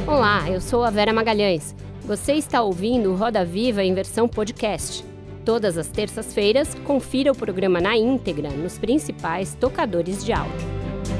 Olá, eu sou a Vera Magalhães. Você está ouvindo o Roda Viva em versão podcast. Todas as terças-feiras, confira o programa na íntegra nos principais tocadores de áudio.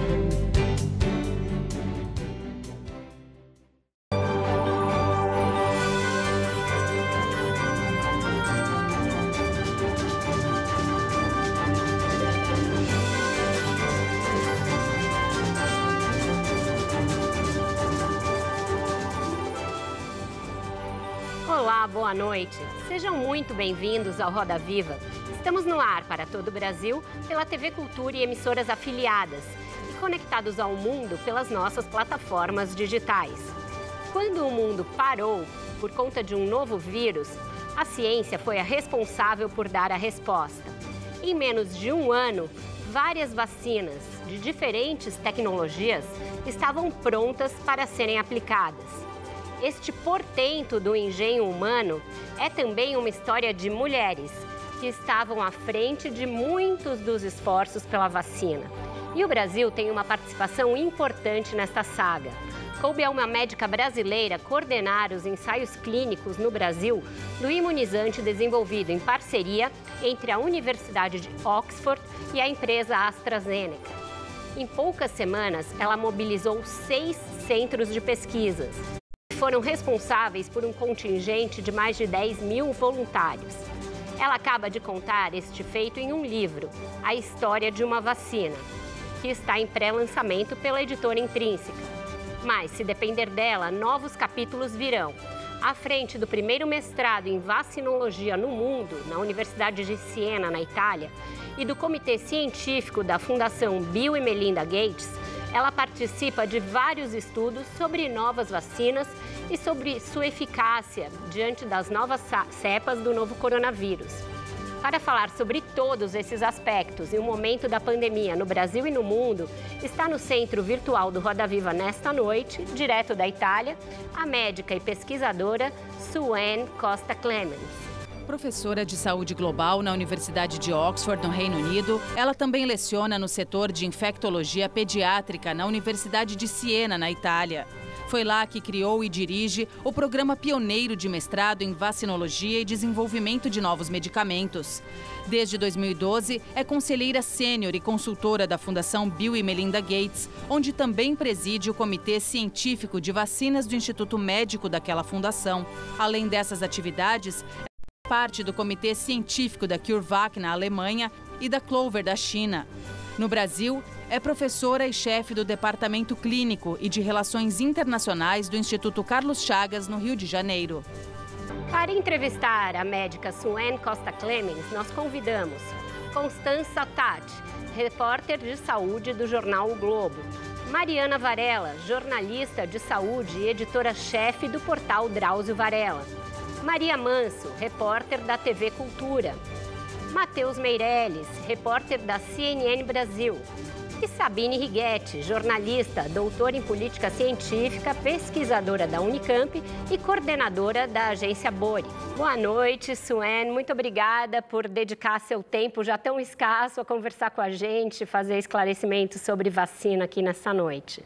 Olá, boa noite. Sejam muito bem-vindos ao Roda Viva. Estamos no ar para todo o Brasil pela TV Cultura e emissoras afiliadas e conectados ao mundo pelas nossas plataformas digitais. Quando o mundo parou por conta de um novo vírus, a ciência foi a responsável por dar a resposta. Em menos de um ano, várias vacinas de diferentes tecnologias estavam prontas para serem aplicadas. Este portento do engenho humano é também uma história de mulheres que estavam à frente de muitos dos esforços pela vacina. E o Brasil tem uma participação importante nesta saga. Coube a uma médica brasileira coordenar os ensaios clínicos no Brasil do imunizante desenvolvido em parceria entre a Universidade de Oxford e a empresa AstraZeneca. Em poucas semanas, ela mobilizou 6 centros de pesquisas. Foram responsáveis por um contingente de mais de 10 mil voluntários. Ela acaba de contar este feito em um livro, A História de uma Vacina, que está em pré-lançamento pela editora Intrínseca. Mas, se depender dela, novos capítulos virão. À frente do primeiro mestrado em vacinologia no mundo, na Universidade de Siena, na Itália, e do comitê científico da Fundação Bill e Melinda Gates, ela participa de vários estudos sobre novas vacinas e sobre sua eficácia diante das novas cepas do novo coronavírus. Para falar sobre todos esses aspectos e o momento da pandemia no Brasil e no mundo, está no centro virtual do Roda Viva nesta noite, direto da Itália, a médica e pesquisadora Sue Costa Clemens. Professora de saúde global na Universidade de Oxford, no Reino Unido, ela também leciona no setor de infectologia pediátrica na Universidade de Siena, na Itália. Foi lá que criou e dirige o programa pioneiro de mestrado em vacinologia e desenvolvimento de novos medicamentos. Desde 2012, é conselheira sênior e consultora da Fundação Bill e Melinda Gates, onde também preside o Comitê Científico de Vacinas do Instituto Médico daquela fundação. Além dessas atividades, parte do Comitê Científico da CureVac na Alemanha e da Clover da China. No Brasil, é professora e chefe do Departamento Clínico e de Relações Internacionais do Instituto Carlos Chagas, no Rio de Janeiro. Para entrevistar a médica Sue Costa Clemens, nós convidamos Constança Tati, repórter de saúde do jornal O Globo, Mariana Varela, jornalista de saúde e editora-chefe do portal Drauzio Varela, Maria Manso, repórter da TV Cultura, Matheus Meirelles, repórter da CNN Brasil, e Sabine Righetti, jornalista, doutora em política científica, pesquisadora da Unicamp e coordenadora da agência Bori. Boa noite, Sue. Muito obrigada por dedicar seu tempo já tão escasso a conversar com a gente, fazer esclarecimentos sobre vacina aqui nessa noite.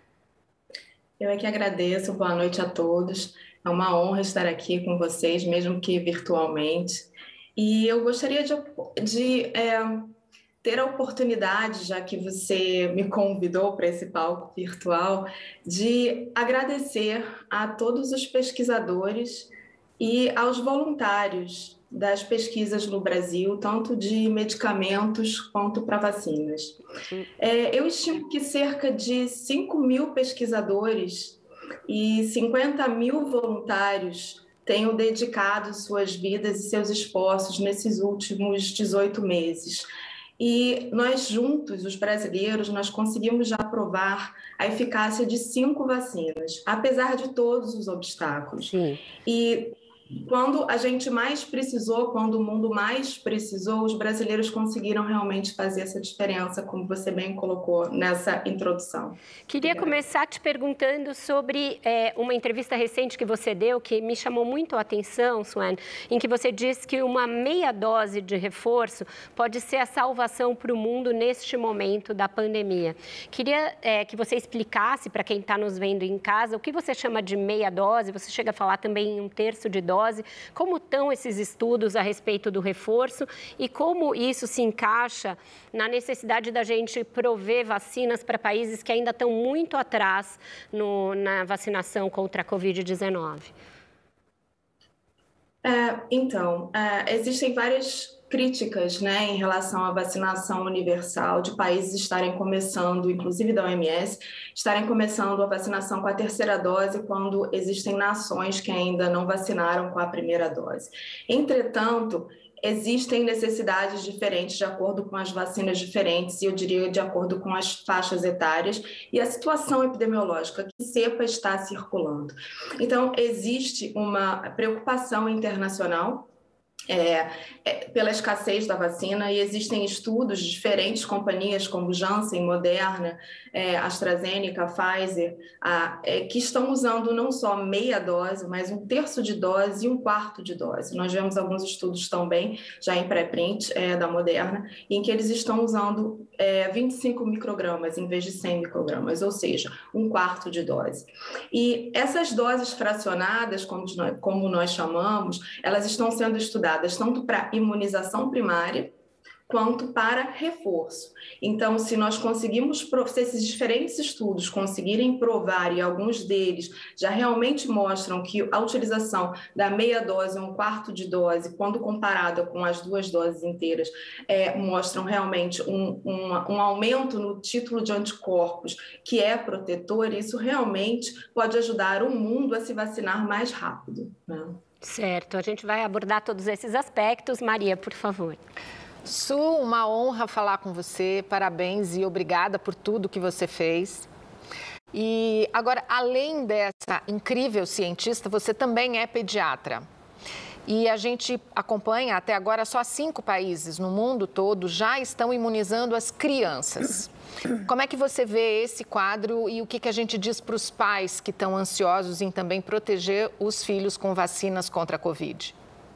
Eu é que agradeço. Boa noite a todos. É uma honra estar aqui com vocês, mesmo que virtualmente. E eu gostaria de ter a oportunidade, já que você me convidou para esse palco virtual, de agradecer a todos os pesquisadores e aos voluntários das pesquisas no Brasil, tanto de medicamentos quanto para vacinas. Eu estimo que cerca de 5 mil pesquisadores e 50 mil voluntários tenham dedicado suas vidas e seus esforços nesses últimos 18 meses. E nós juntos, os brasileiros, nós conseguimos já provar a eficácia de 5 vacinas, apesar de todos os obstáculos. Sim. E quando a gente mais precisou, quando o mundo mais precisou, os brasileiros conseguiram realmente fazer essa diferença, como você bem colocou nessa introdução. Queria começar te perguntando sobre uma entrevista recente que você deu, que me chamou muito a atenção, Suane, em que você disse que uma meia dose de reforço pode ser a salvação para o mundo neste momento da pandemia. Queria que você explicasse para quem está nos vendo em casa o que você chama de meia dose, você chega a falar também em um terço de dose, como estão esses estudos a respeito do reforço e como isso se encaixa na necessidade da gente prover vacinas para países que ainda estão muito atrás na vacinação contra a Covid-19. Existem várias críticas, né, em relação à vacinação universal de países estarem começando, inclusive da OMS, estarem começando a vacinação com a terceira dose quando existem nações que ainda não vacinaram com a primeira dose. Entretanto, existem necessidades diferentes de acordo com as vacinas diferentes e eu diria de acordo com as faixas etárias e a situação epidemiológica que cepa está circulando. Então, existe uma preocupação internacional pela escassez da vacina e existem estudos de diferentes companhias como Janssen, Moderna, AstraZeneca, Pfizer, que estão usando não só meia dose, mas um terço de dose e um quarto de dose. Nós vemos alguns estudos também, já em pré-print, da Moderna, em que eles estão usando 25 microgramas em vez de 100 microgramas, ou seja, um quarto de dose. E essas doses fracionadas, como nós chamamos, elas estão sendo estudadas tanto para imunização primária quanto para reforço. Então, se nós conseguimos, se esses diferentes estudos conseguirem provar, e alguns deles já realmente mostram que a utilização da meia dose ou um quarto de dose, quando comparada com as duas doses inteiras, mostram realmente um aumento no título de anticorpos que é protetor, isso realmente pode ajudar o mundo a se vacinar mais rápido, né? Certo, a gente vai abordar todos esses aspectos. Maria, por favor. Su, uma honra falar com você, parabéns e obrigada por tudo que você fez. E agora, além dessa incrível cientista, você também é pediatra. E a gente acompanha, até agora, só 5 países no mundo todo já estão imunizando as crianças. Como é que você vê esse quadro e o que a gente diz para os pais que estão ansiosos em também proteger os filhos com vacinas contra a Covid?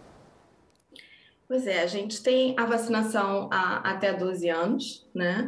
Pois a gente tem a vacinação até 12 anos, né?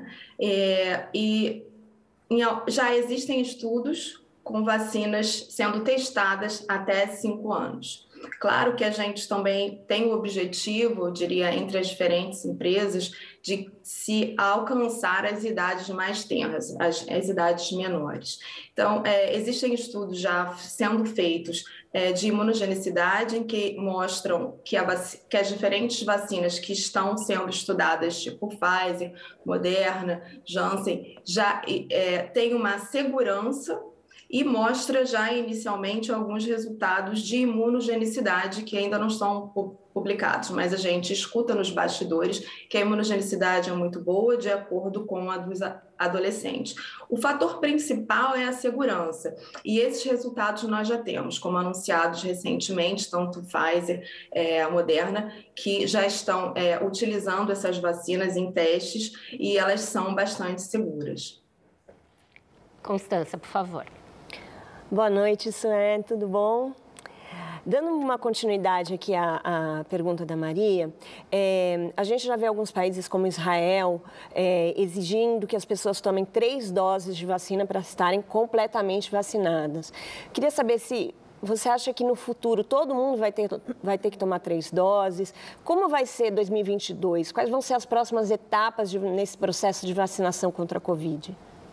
Já existem estudos com vacinas sendo testadas até 5 anos. Claro que a gente também tem o objetivo, eu diria, entre as diferentes empresas, de se alcançar as idades mais tenras, as idades menores. Então, existem estudos já sendo feitos de imunogenicidade, em que mostram que as diferentes vacinas que estão sendo estudadas, tipo Pfizer, Moderna, Janssen, já têm uma segurança e mostra já inicialmente alguns resultados de imunogenicidade que ainda não estão publicados, mas a gente escuta nos bastidores que a imunogenicidade é muito boa de acordo com a dos adolescentes. O fator principal é a segurança e esses resultados nós já temos, como anunciados recentemente, tanto Pfizer, a Moderna, que já estão utilizando essas vacinas em testes e elas são bastante seguras. Constança, por favor. Boa noite, Suane, tudo bom? Dando uma continuidade aqui à pergunta da Maria, a gente já vê alguns países como Israel exigindo que as pessoas tomem 3 doses de vacina para estarem completamente vacinadas. Queria saber se você acha que no futuro todo mundo vai ter que tomar 3 doses? Como vai ser 2022? Quais vão ser as próximas etapas nesse processo de vacinação contra a Covid?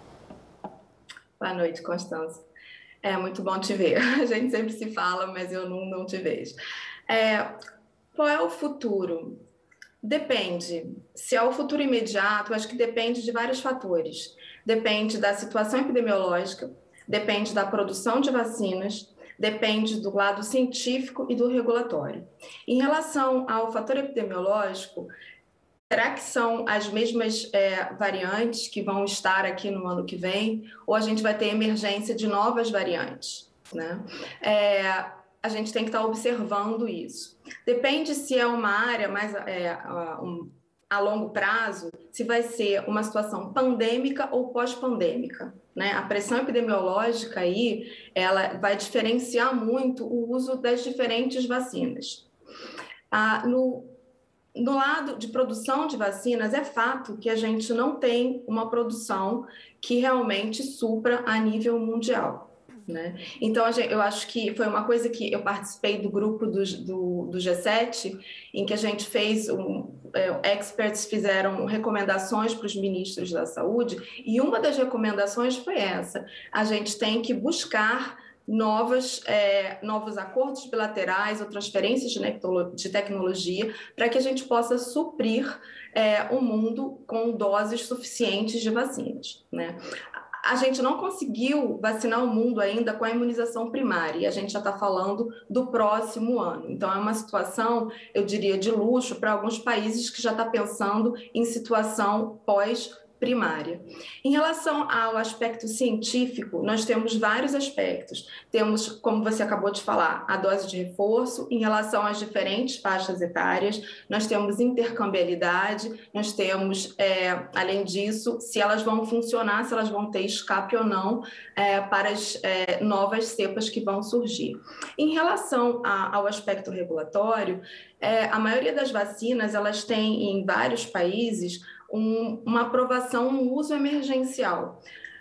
Boa noite, Constança. É muito bom te ver. A gente sempre se fala, mas eu não te vejo. Qual é o futuro? Depende. Se é o futuro imediato, acho que depende de vários fatores. Depende da situação epidemiológica, depende da produção de vacinas, depende do lado científico e do regulatório. Em relação ao fator epidemiológico, será que são as mesmas variantes que vão estar aqui no ano que vem? Ou a gente vai ter emergência de novas variantes, né? a gente tem que estar observando isso. Depende se é uma área mais a longo prazo, se vai ser uma situação pandêmica ou pós-pandêmica, né? A pressão epidemiológica aí, ela vai diferenciar muito o uso das diferentes vacinas. No lado de produção de vacinas, é fato que a gente não tem uma produção que realmente supra a nível mundial, né? Então, eu acho que foi uma coisa que eu participei do grupo do G7, em que a gente fez, experts fizeram recomendações para os ministros da saúde, e uma das recomendações foi essa: a gente tem que buscar novos acordos bilaterais ou transferências de tecnologia para que a gente possa suprir o mundo com doses suficientes de vacinas, né? A gente não conseguiu vacinar o mundo ainda com a imunização primária, e a gente já está falando do próximo ano. Então, é uma situação, eu diria, de luxo para alguns países que já estão pensando em situação pós-primária. Em relação ao aspecto científico, nós temos vários aspectos. Temos, como você acabou de falar, a dose de reforço em relação às diferentes faixas etárias, nós temos intercambiabilidade, nós temos, além disso, se elas vão funcionar, se elas vão ter escape ou não para as novas cepas que vão surgir. Em relação ao aspecto regulatório, a maioria das vacinas, elas têm em vários países uma aprovação no uso emergencial,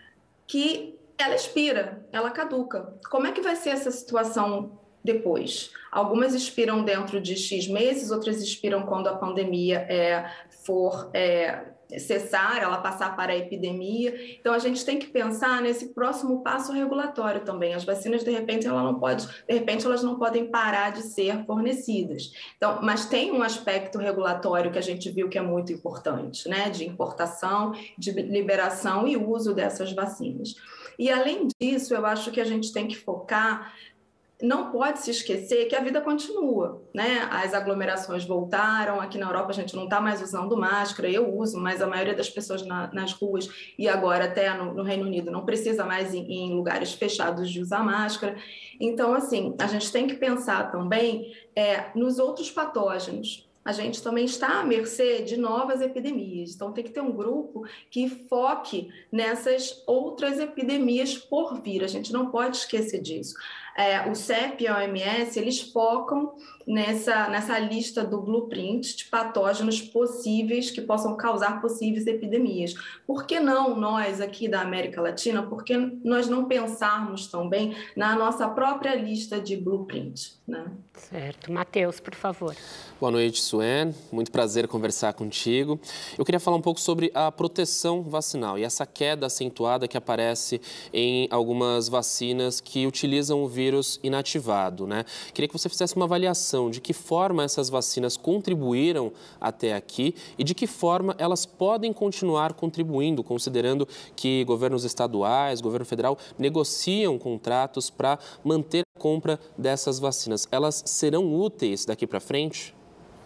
que ela expira, ela caduca. Como é que vai ser essa situação depois? Algumas expiram dentro de X meses, outras expiram quando a pandemia for cessar, ela passar para a epidemia. Então, a gente tem que pensar nesse próximo passo regulatório também. As vacinas, de repente, elas não podem parar de ser fornecidas. Então, mas tem um aspecto regulatório que a gente viu que é muito importante, né? De importação, de liberação e uso dessas vacinas. E, além disso, eu acho que a gente tem que focar. Não pode se esquecer que a vida continua, né? As aglomerações voltaram, aqui na Europa a gente não está mais usando máscara, eu uso, mas a maioria das pessoas nas ruas e agora até no Reino Unido não precisa mais em lugares fechados de usar máscara. Então, assim, a gente tem que pensar também nos outros patógenos. A gente também está à mercê de novas epidemias. Então, tem que ter um grupo que foque nessas outras epidemias por vir. A gente não pode esquecer disso. O CEP e a OMS, eles focam nessa lista do blueprint de patógenos possíveis que possam causar possíveis epidemias. Por que não nós aqui da América Latina, por que nós não pensarmos também na nossa própria lista de blueprint, né? Certo. Matheus, por favor. Boa noite, Suene. Muito prazer conversar contigo. Eu queria falar um pouco sobre a proteção vacinal e essa queda acentuada que aparece em algumas vacinas que utilizam o vírus inativado, né? Queria que você fizesse uma avaliação de que forma essas vacinas contribuíram até aqui e de que forma elas podem continuar contribuindo, considerando que governos estaduais, governo federal, negociam contratos para manter a compra dessas vacinas. Elas serão úteis daqui para frente?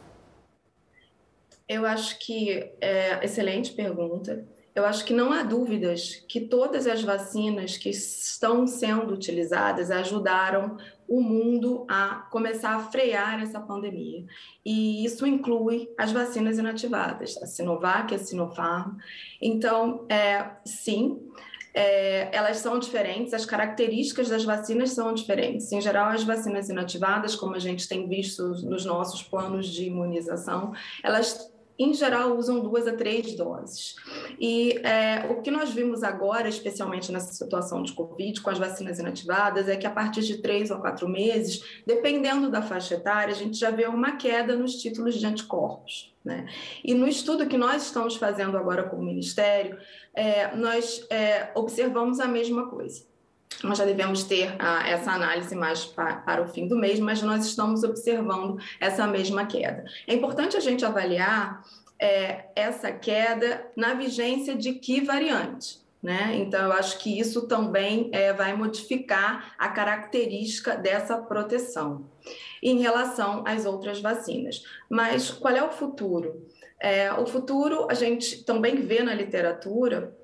Eu acho que excelente pergunta. Eu acho que não há dúvidas que todas as vacinas que estão sendo utilizadas ajudaram o mundo a começar a frear essa pandemia. E isso inclui as vacinas inativadas, a Sinovac, a Sinopharm. Então, sim, elas são diferentes, as características das vacinas são diferentes. Em geral, as vacinas inativadas, como a gente tem visto nos nossos planos de imunização, elas em geral, usam 2 a 3 doses. E o que nós vimos agora, especialmente nessa situação de Covid, com as vacinas inativadas, é que a partir de 3 ou 4 meses, dependendo da faixa etária, a gente já vê uma queda nos títulos de anticorpos, né? E no estudo que nós estamos fazendo agora com o Ministério, nós observamos a mesma coisa. Nós já devemos ter essa análise mais para o fim do mês, mas nós estamos observando essa mesma queda. É importante a gente avaliar essa queda na vigência de que variante, né? Então, eu acho que isso também vai modificar a característica dessa proteção em relação às outras vacinas. Mas qual é o futuro? O futuro, a gente também vê na literatura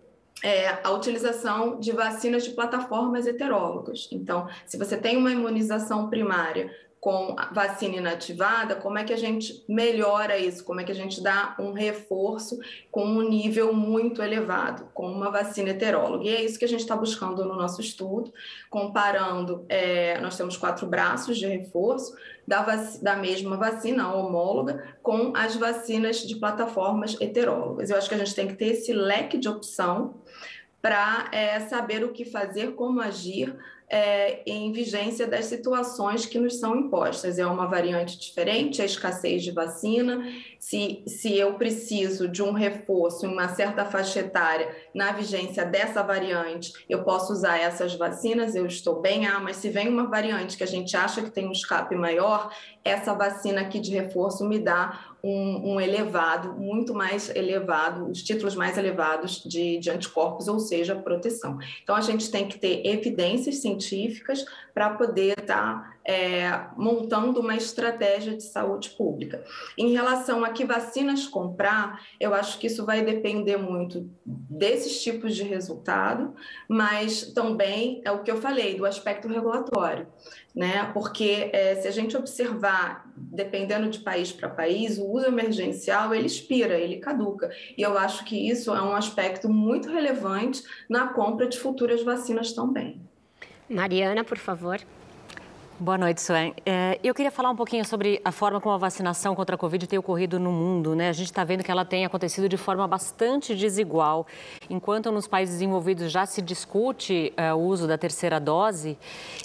a utilização de vacinas de plataformas heterólogas. Então, se você tem uma imunização primária com vacina inativada, como é que a gente melhora isso? Como é que a gente dá um reforço com um nível muito elevado, com uma vacina heteróloga? E é isso que a gente está buscando no nosso estudo, comparando, nós temos 4 braços de reforço da mesma vacina homóloga com as vacinas de plataformas heterólogas. Eu acho que a gente tem que ter esse leque de opção para saber o que fazer, como agir em vigência das situações que nos são impostas. É uma variante diferente, a escassez de vacina. Se eu preciso de um reforço em uma certa faixa etária na vigência dessa variante, eu posso usar essas vacinas, eu estou bem. Mas se vem uma variante que a gente acha que tem um escape maior, essa vacina aqui de reforço me dá um elevado, muito mais elevado, os títulos mais elevados de anticorpos, ou seja, proteção. Então, a gente tem que ter evidências científicas para poder estar montando uma estratégia de saúde pública. Em relação a que vacinas comprar, eu acho que isso vai depender muito desses tipos de resultado, mas também é o que eu falei, do aspecto regulatório, né? Porque se a gente observar, dependendo de país para país, o uso emergencial, ele expira, ele caduca. E eu acho que isso é um aspecto muito relevante na compra de futuras vacinas também. Mariana, por favor. Boa noite, Suelen. Eu queria falar um pouquinho sobre a forma como a vacinação contra a Covid tem ocorrido no mundo, né? A gente está vendo que ela tem acontecido de forma bastante desigual. Enquanto nos países desenvolvidos já se discute o uso da terceira dose,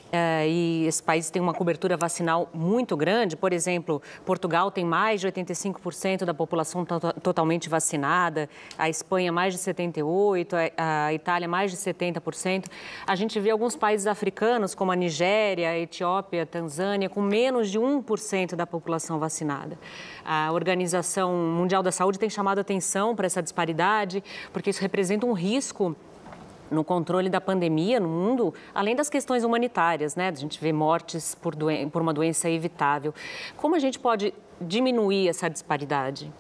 e esses países têm uma cobertura vacinal muito grande, por exemplo, Portugal tem mais de 85% da população totalmente vacinada, a Espanha mais de 78%, a Itália mais de 70%. A gente vê alguns países africanos, como a Nigéria, a Etiópia, a Tanzânia, com menos de 1% da população vacinada. A Organização Mundial da Saúde tem chamado a atenção para essa disparidade, porque isso representa um risco no controle da pandemia no mundo, além das questões humanitárias, né? A gente vê mortes por uma doença evitável. Como a gente pode diminuir essa disparidade?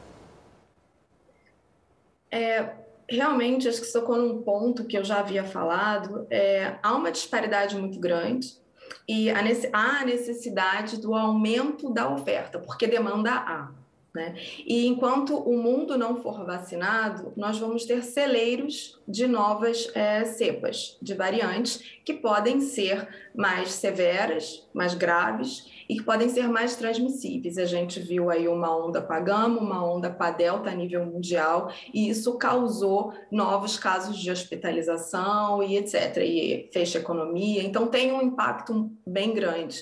Realmente, acho que você tocou num ponto que eu já havia falado. Há uma disparidade muito grande e há necessidade do aumento da oferta, porque demanda há. Né? E enquanto o mundo não for vacinado, nós vamos ter celeiros de novas cepas, de variantes, que podem ser mais severas, mais graves e que podem ser mais transmissíveis. A gente viu aí uma onda com a Gama, uma onda com a Delta a nível mundial, e isso causou novos casos de hospitalização e etc. E fecha a economia, então tem um impacto bem grande.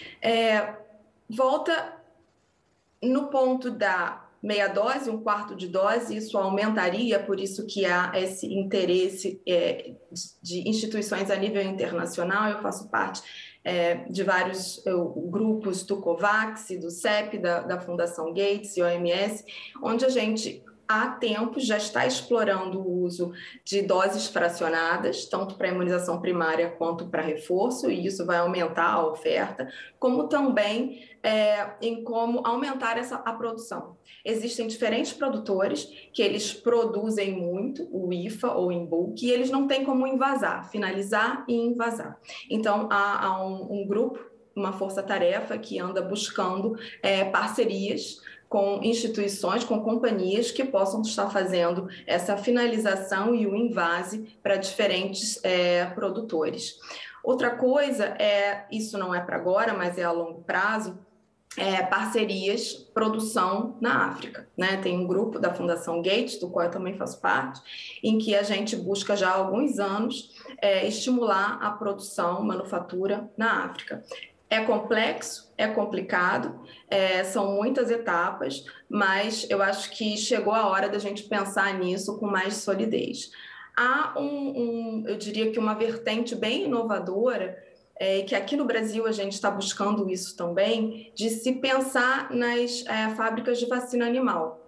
Volta no ponto da meia dose, um quarto de dose, isso aumentaria, por isso que há esse interesse de instituições a nível internacional. Eu faço parte de vários grupos do COVAX, do CEP, da Fundação Gates e OMS, onde a gente há tempo já está explorando o uso de doses fracionadas, tanto para imunização primária quanto para reforço, e isso vai aumentar a oferta, como também em como aumentar a produção. Existem diferentes produtores que eles produzem muito, o IFA ou em bulk, e eles não têm como invasar, finalizar e invasar. Então, há um grupo, uma força-tarefa que anda buscando parcerias com instituições, com companhias que possam estar fazendo essa finalização e o invase para diferentes produtores. Outra coisa isso não é para agora, mas é a longo prazo, parcerias, produção na África, né? Tem um grupo da Fundação Gates, do qual eu também faço parte, em que a gente busca já há alguns anos estimular a produção, manufatura na África. É complexo, é complicado, são muitas etapas, mas eu acho que chegou a hora da gente pensar nisso com mais solidez. Há eu diria que uma vertente bem inovadora, que aqui no Brasil a gente está buscando isso também, de se pensar nas fábricas de vacina animal.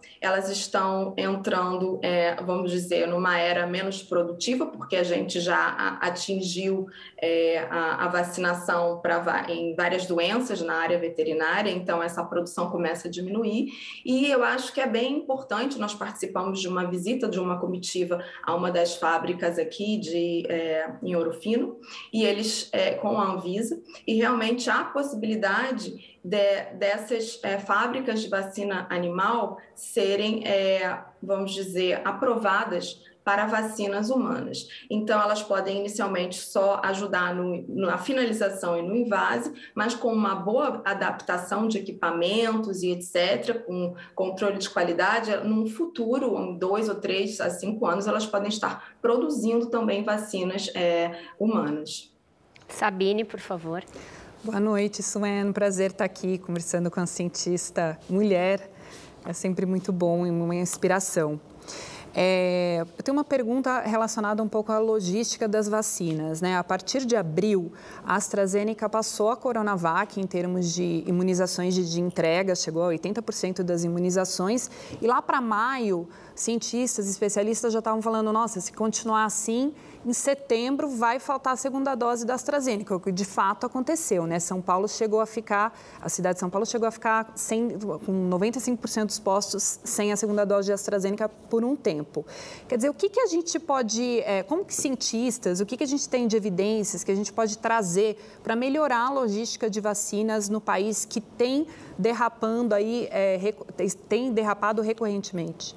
elas estão entrando, vamos dizer, numa era menos produtiva, porque a gente já atingiu a vacinação em várias doenças na área veterinária, então essa produção começa a diminuir. E eu acho que é bem importante, nós participamos de uma visita de uma comitiva a uma das fábricas aqui em Ouro Fino, e eles com a Anvisa, e realmente há possibilidade dessas fábricas de vacina animal serem, vamos dizer, aprovadas para vacinas humanas. Então, elas podem inicialmente só ajudar na finalização e no invase, mas com uma boa adaptação de equipamentos e etc., com controle de qualidade, no futuro, em 2 ou 3 a 5 anos, elas podem estar produzindo também vacinas humanas. Sabine, por favor. Boa noite, Suene. Prazer estar aqui conversando com a cientista mulher. É sempre muito bom e uma inspiração. Eu tenho uma pergunta relacionada um pouco à logística das vacinas, né? A partir de abril, a AstraZeneca passou a Coronavac em termos de imunizações de entrega, chegou a 80% das imunizações. E lá para maio, cientistas, especialistas já estavam falando, nossa, se continuar assim, em setembro vai faltar a segunda dose da AstraZeneca, o que de fato aconteceu, né? A cidade de São Paulo chegou a ficar com 95% dos postos sem a segunda dose de AstraZeneca por um tempo. Quer dizer, o que a gente pode, como que cientistas, o que a gente tem de evidências que a gente pode trazer para melhorar a logística de vacinas no país que tem derrapado recorrentemente?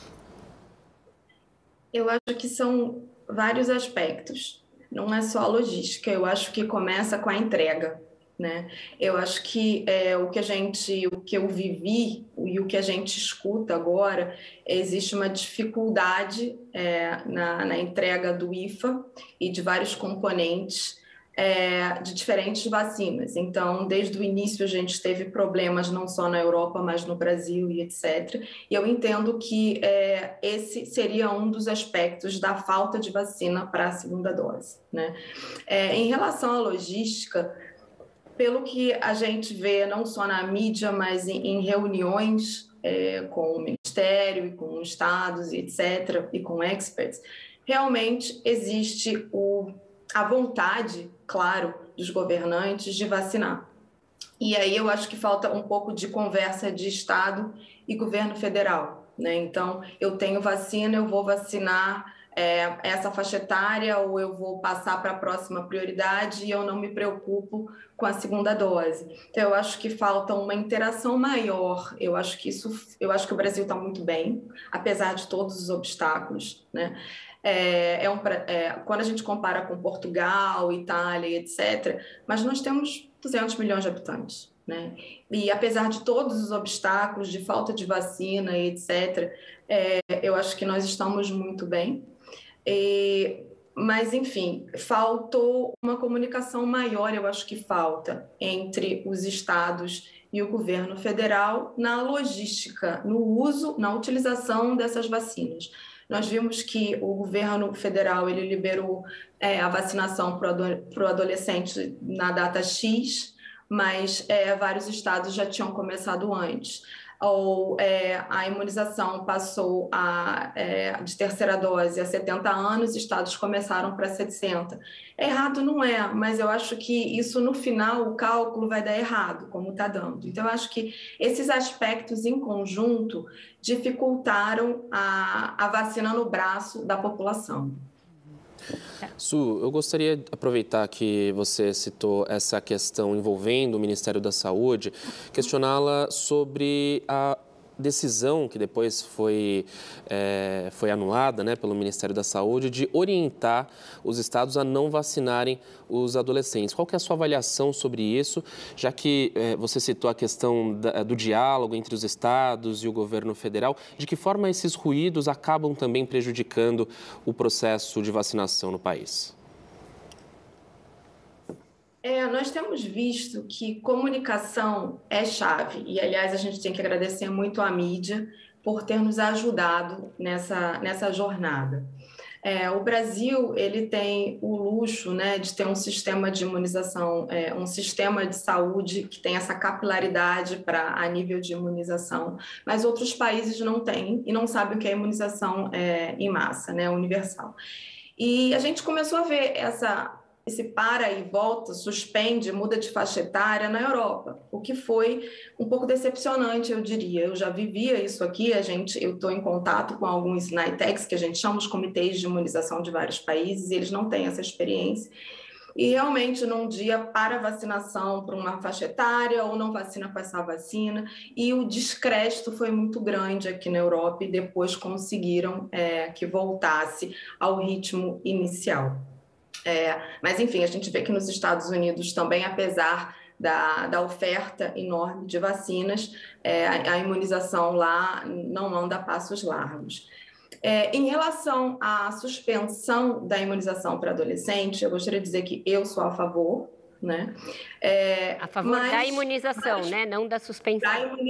Eu acho que são vários aspectos, não é só a logística, eu acho que começa com a entrega, né? Eu acho que o que eu vivi e o que a gente escuta agora, existe uma dificuldade na entrega do IFA e de vários componentes de diferentes vacinas. Então, desde o início a gente teve problemas não só na Europa, mas no Brasil e etc. E eu entendo que esse seria um dos aspectos da falta de vacina para a segunda dose, né? Em relação à logística, pelo que a gente vê não só na mídia, mas em reuniões com o Ministério e com estados e etc., e com experts, realmente existe a vontade, claro, dos governantes de vacinar. E aí eu acho que falta um pouco de conversa de Estado e governo federal, né? Então, eu tenho vacina, eu vou vacinar essa faixa etária ou eu vou passar para a próxima prioridade e eu não me preocupo com a segunda dose. Então, eu acho que falta uma interação maior. Eu acho que o Brasil está muito bem, apesar de todos os obstáculos, né? Quando a gente compara com Portugal, Itália, etc., mas nós temos 200 milhões de habitantes, né? E apesar de todos os obstáculos, de falta de vacina, etc., eu acho que nós estamos muito bem. Mas, enfim, faltou uma comunicação maior, eu acho que falta, entre os estados e o governo federal na logística, no uso, na utilização dessas vacinas. Nós vimos que o governo federal ele liberou a vacinação para o adolescente na data X, mas vários estados já tinham começado antes. Ou a imunização passou de terceira dose a 70 anos, estados começaram para 60. Errado não é, mas eu acho que isso no final o cálculo vai dar errado, como está dando. Então, eu acho que esses aspectos em conjunto dificultaram a vacina no braço da população. Su, eu gostaria de aproveitar que você citou essa questão envolvendo o Ministério da Saúde, questioná-la sobre a decisão que depois foi anulada, né, pelo Ministério da Saúde de orientar os estados a não vacinarem os adolescentes. Qual que é a sua avaliação sobre isso, já que você citou a questão do diálogo entre os estados e o governo federal, de que forma esses ruídos acabam também prejudicando o processo de vacinação no país? Nós temos visto que comunicação é chave e, aliás, a gente tem que agradecer muito à mídia por ter nos ajudado nessa jornada. O Brasil, ele tem o luxo, né, de ter um sistema de imunização, um sistema de saúde que tem essa capilaridade a nível de imunização, mas outros países não têm e não sabem o que é imunização em massa, né, universal. E a gente começou a ver esse para e volta, suspende, muda de faixa etária na Europa, o que foi um pouco decepcionante, eu diria. Eu já vivia isso aqui, eu estou em contato com alguns NITECs, que a gente chama os comitês de imunização de vários países, e eles não têm essa experiência. E realmente, num dia para vacinação para uma faixa etária ou não vacina com essa vacina, e o descrédito foi muito grande aqui na Europa e depois conseguiram que voltasse ao ritmo inicial. Mas, enfim, a gente vê que nos Estados Unidos também, apesar da oferta enorme de vacinas, a imunização lá não anda a passos largos. Em relação à suspensão da imunização para adolescente, eu gostaria de dizer que eu sou a favor, né? A favor da imunização, né? Não da suspensão.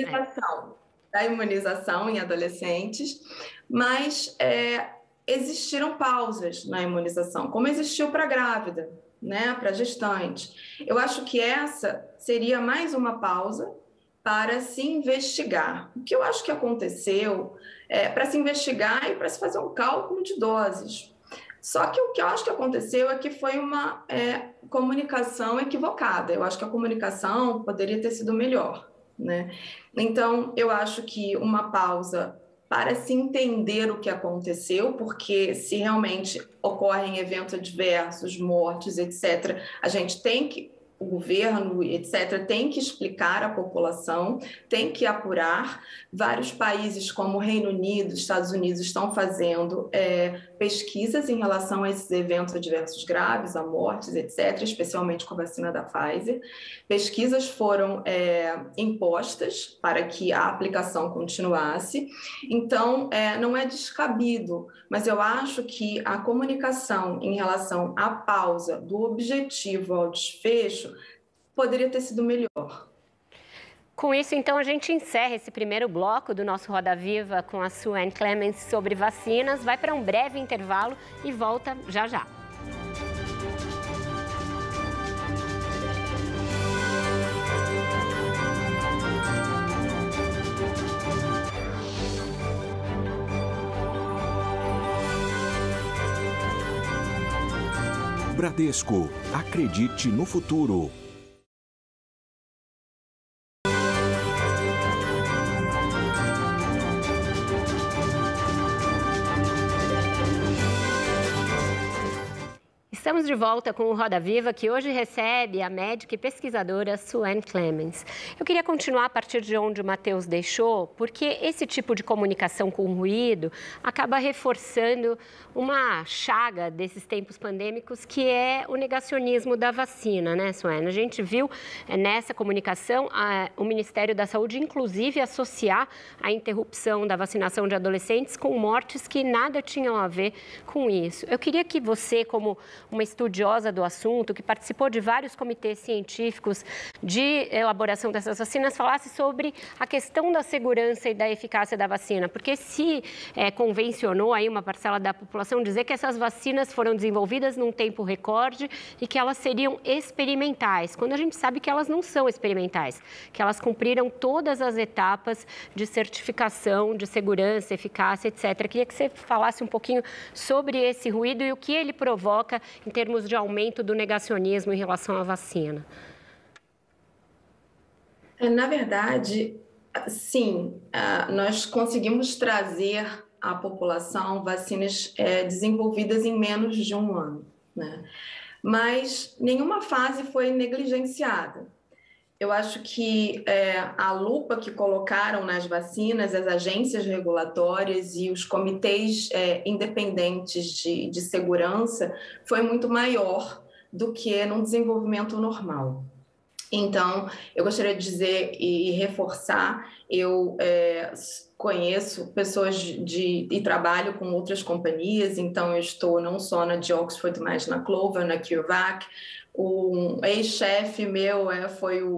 Da imunização em adolescentes, mas existiram pausas na imunização, como existiu para a grávida, né? Para a gestante. Eu acho que essa seria mais uma pausa para se investigar. O que eu acho que aconteceu para se investigar e para se fazer um cálculo de doses. Só que o que eu acho que aconteceu é que foi uma comunicação equivocada. Eu acho que a comunicação poderia ter sido melhor, né? Então, eu acho que uma pausa para se entender o que aconteceu, porque se realmente ocorrem eventos adversos, mortes, etc., a gente tem que, o governo, etc., tem que explicar à população, tem que apurar. Vários países como o Reino Unido, Estados Unidos, estão fazendo pesquisas em relação a esses eventos adversos graves, a mortes, etc., especialmente com a vacina da Pfizer. Pesquisas foram impostas para que a aplicação continuasse. Então, não é descabido, mas eu acho que a comunicação em relação à pausa do objetivo ao desfecho poderia ter sido melhor. Com isso, então, a gente encerra esse primeiro bloco do nosso Roda Viva com a Suane Clemens sobre vacinas. Vai para um breve intervalo e volta já já. Bradesco, acredite no futuro. Estamos de volta com o Roda Viva, que hoje recebe a médica e pesquisadora Suane Clemens. Eu queria continuar a partir de onde o Matheus deixou, porque esse tipo de comunicação com ruído acaba reforçando uma chaga desses tempos pandêmicos, que é o negacionismo da vacina, né, Suane? A gente viu nessa comunicação o Ministério da Saúde, inclusive, associar a interrupção da vacinação de adolescentes com mortes que nada tinham a ver com isso. Eu queria que você, como uma estudiosa do assunto, que participou de vários comitês científicos de elaboração dessas vacinas, falasse sobre a questão da segurança e da eficácia da vacina, porque se convencionou aí uma parcela da população dizer que essas vacinas foram desenvolvidas num tempo recorde e que elas seriam experimentais, quando a gente sabe que elas não são experimentais, que elas cumpriram todas as etapas de certificação, de segurança, eficácia, etc. Queria que você falasse um pouquinho sobre esse ruído e o que ele provoca em termos de aumento do negacionismo em relação à vacina. Na verdade, sim, nós conseguimos trazer à população vacinas desenvolvidas em menos de um ano, né? Mas nenhuma fase foi negligenciada. Eu acho que a lupa que colocaram nas vacinas, as agências regulatórias e os comitês independentes de segurança foi muito maior do que num desenvolvimento normal. Então, eu gostaria de dizer e reforçar, eu conheço pessoas e trabalho com outras companhias, então eu estou não só na de Oxford, mas na Clover, na CureVac. Um ex-chefe meu é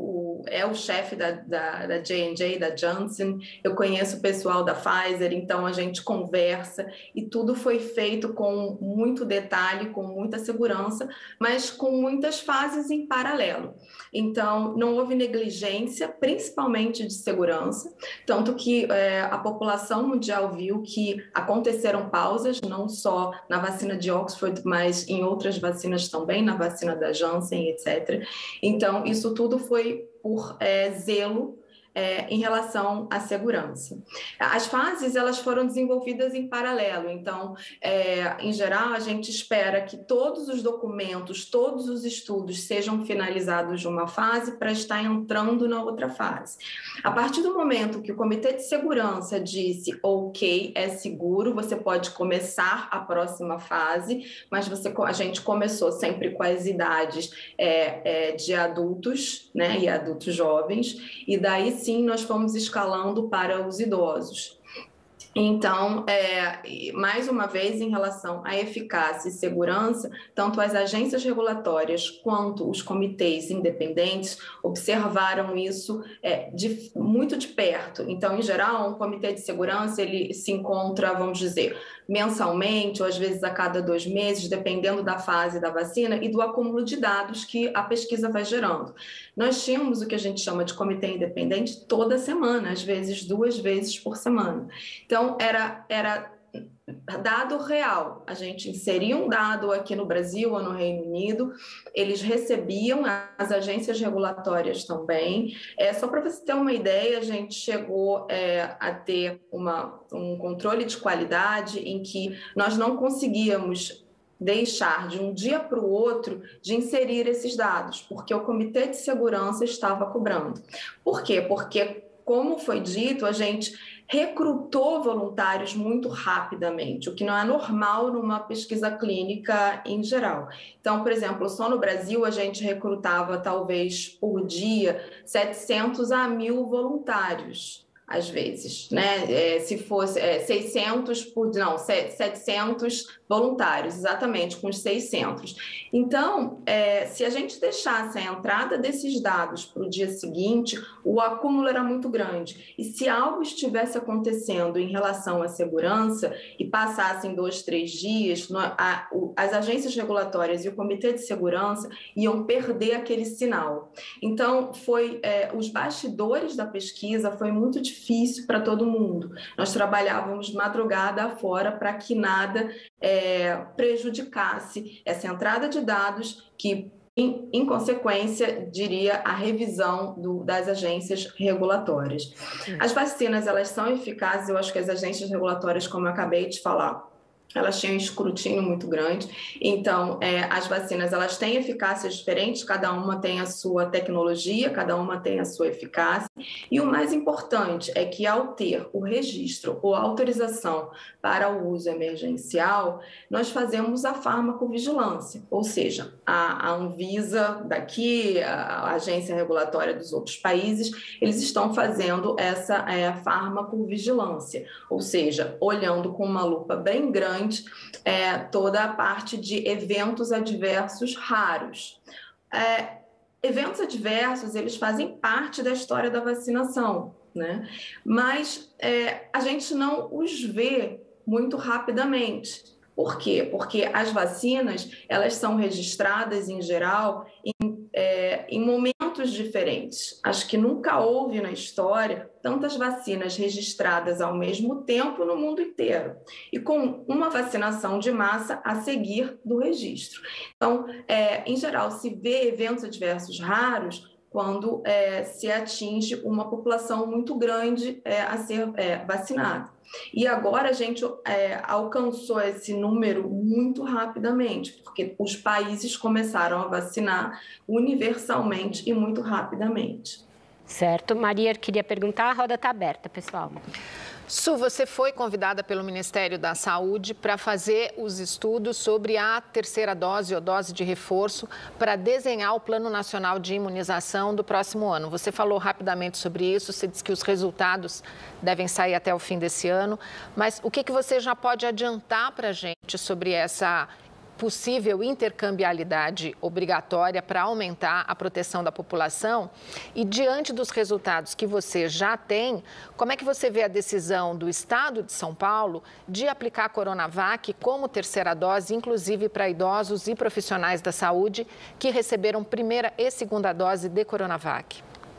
o chefe da J&J, da Johnson. Eu conheço o pessoal da Pfizer, então a gente conversa e tudo foi feito com muito detalhe, com muita segurança, mas com muitas fases em paralelo. Então, não houve negligência, principalmente de segurança, tanto que a população mundial viu que aconteceram pausas, não só na vacina de Oxford, mas em outras vacinas também, na vacina da Janssen, etc. Então, isso tudo foi por zelo em relação à segurança. As fases, elas foram desenvolvidas em paralelo, então, em geral, a gente espera que todos os documentos, todos os estudos sejam finalizados de uma fase para estar entrando na outra fase. A partir do momento que o Comitê de Segurança disse, ok, é seguro, você pode começar a próxima fase, mas a gente começou sempre com as idades de adultos, né, e adultos jovens, e daí sim nós fomos escalando para os idosos. Então, mais uma vez, em relação à eficácia e segurança, tanto as agências regulatórias quanto os comitês independentes observaram isso muito de perto. Então, em geral, um comitê de segurança, ele se encontra, vamos dizer, mensalmente ou às vezes a cada 2 meses, dependendo da fase da vacina e do acúmulo de dados que a pesquisa vai gerando. Nós tínhamos o que a gente chama de comitê independente toda semana, às vezes 2 vezes por semana. Então, era dado real. A gente inseria um dado aqui no Brasil ou no Reino Unido, eles recebiam, as agências regulatórias também. Só para você ter uma ideia, a gente chegou a ter um controle de qualidade em que nós não conseguíamos deixar de um dia para o outro de inserir esses dados, porque o Comitê de Segurança estava cobrando. Por quê? Porque, como foi dito, a gente recrutou voluntários muito rapidamente, o que não é normal numa pesquisa clínica em geral. Então, por exemplo, só no Brasil a gente recrutava talvez por dia 700 a 1.000 voluntários. Às vezes, né? Se fosse 700 voluntários, exatamente, com os 600. Então, se a gente deixasse a entrada desses dados para o dia seguinte, o acúmulo era muito grande. E se algo estivesse acontecendo em relação à segurança e passassem 2, 3 dias, as agências regulatórias e o Comitê de Segurança iam perder aquele sinal. Então, os bastidores da pesquisa foi muito difícil para todo mundo. Nós trabalhávamos madrugada afora para que nada prejudicasse essa entrada de dados que, em consequência, diria a revisão das agências regulatórias. As vacinas, elas são eficazes, eu acho que as agências regulatórias, como eu acabei de falar, elas tinham um escrutínio muito grande, então as vacinas elas têm eficácias diferentes, cada uma tem a sua tecnologia, cada uma tem a sua eficácia, e o mais importante é que ao ter o registro ou autorização para o uso emergencial, nós fazemos a farmacovigilância, ou seja, a Anvisa daqui, a agência regulatória dos outros países, eles estão fazendo essa farmacovigilância, ou seja, olhando com uma lupa bem grande toda a parte de eventos adversos raros. Eventos adversos, eles fazem parte da história da vacinação, né? Mas a gente não os vê muito rapidamente. Por quê? Porque as vacinas, elas são registradas, em geral, em momentos diferentes. Acho que nunca houve na história tantas vacinas registradas ao mesmo tempo no mundo inteiro, e com uma vacinação de massa a seguir do registro. Então, em geral, se vê eventos adversos raros quando se atinge uma população muito grande a ser vacinada. E agora a gente alcançou esse número muito rapidamente, porque os países começaram a vacinar universalmente e muito rapidamente. Certo. Maria, queria perguntar, a roda está aberta, pessoal. Su, você foi convidada pelo Ministério da Saúde para fazer os estudos sobre a terceira dose ou dose de reforço para desenhar o Plano Nacional de Imunização do próximo ano. Você falou rapidamente sobre isso, você disse que os resultados devem sair até o fim desse ano, mas o que você já pode adiantar para a gente sobre essa possível intercambialidade obrigatória para aumentar a proteção da população? E diante dos resultados que você já tem, como é que você vê a decisão do Estado de São Paulo de aplicar a Coronavac como terceira dose, inclusive para idosos e profissionais da saúde que receberam primeira e segunda dose de Coronavac?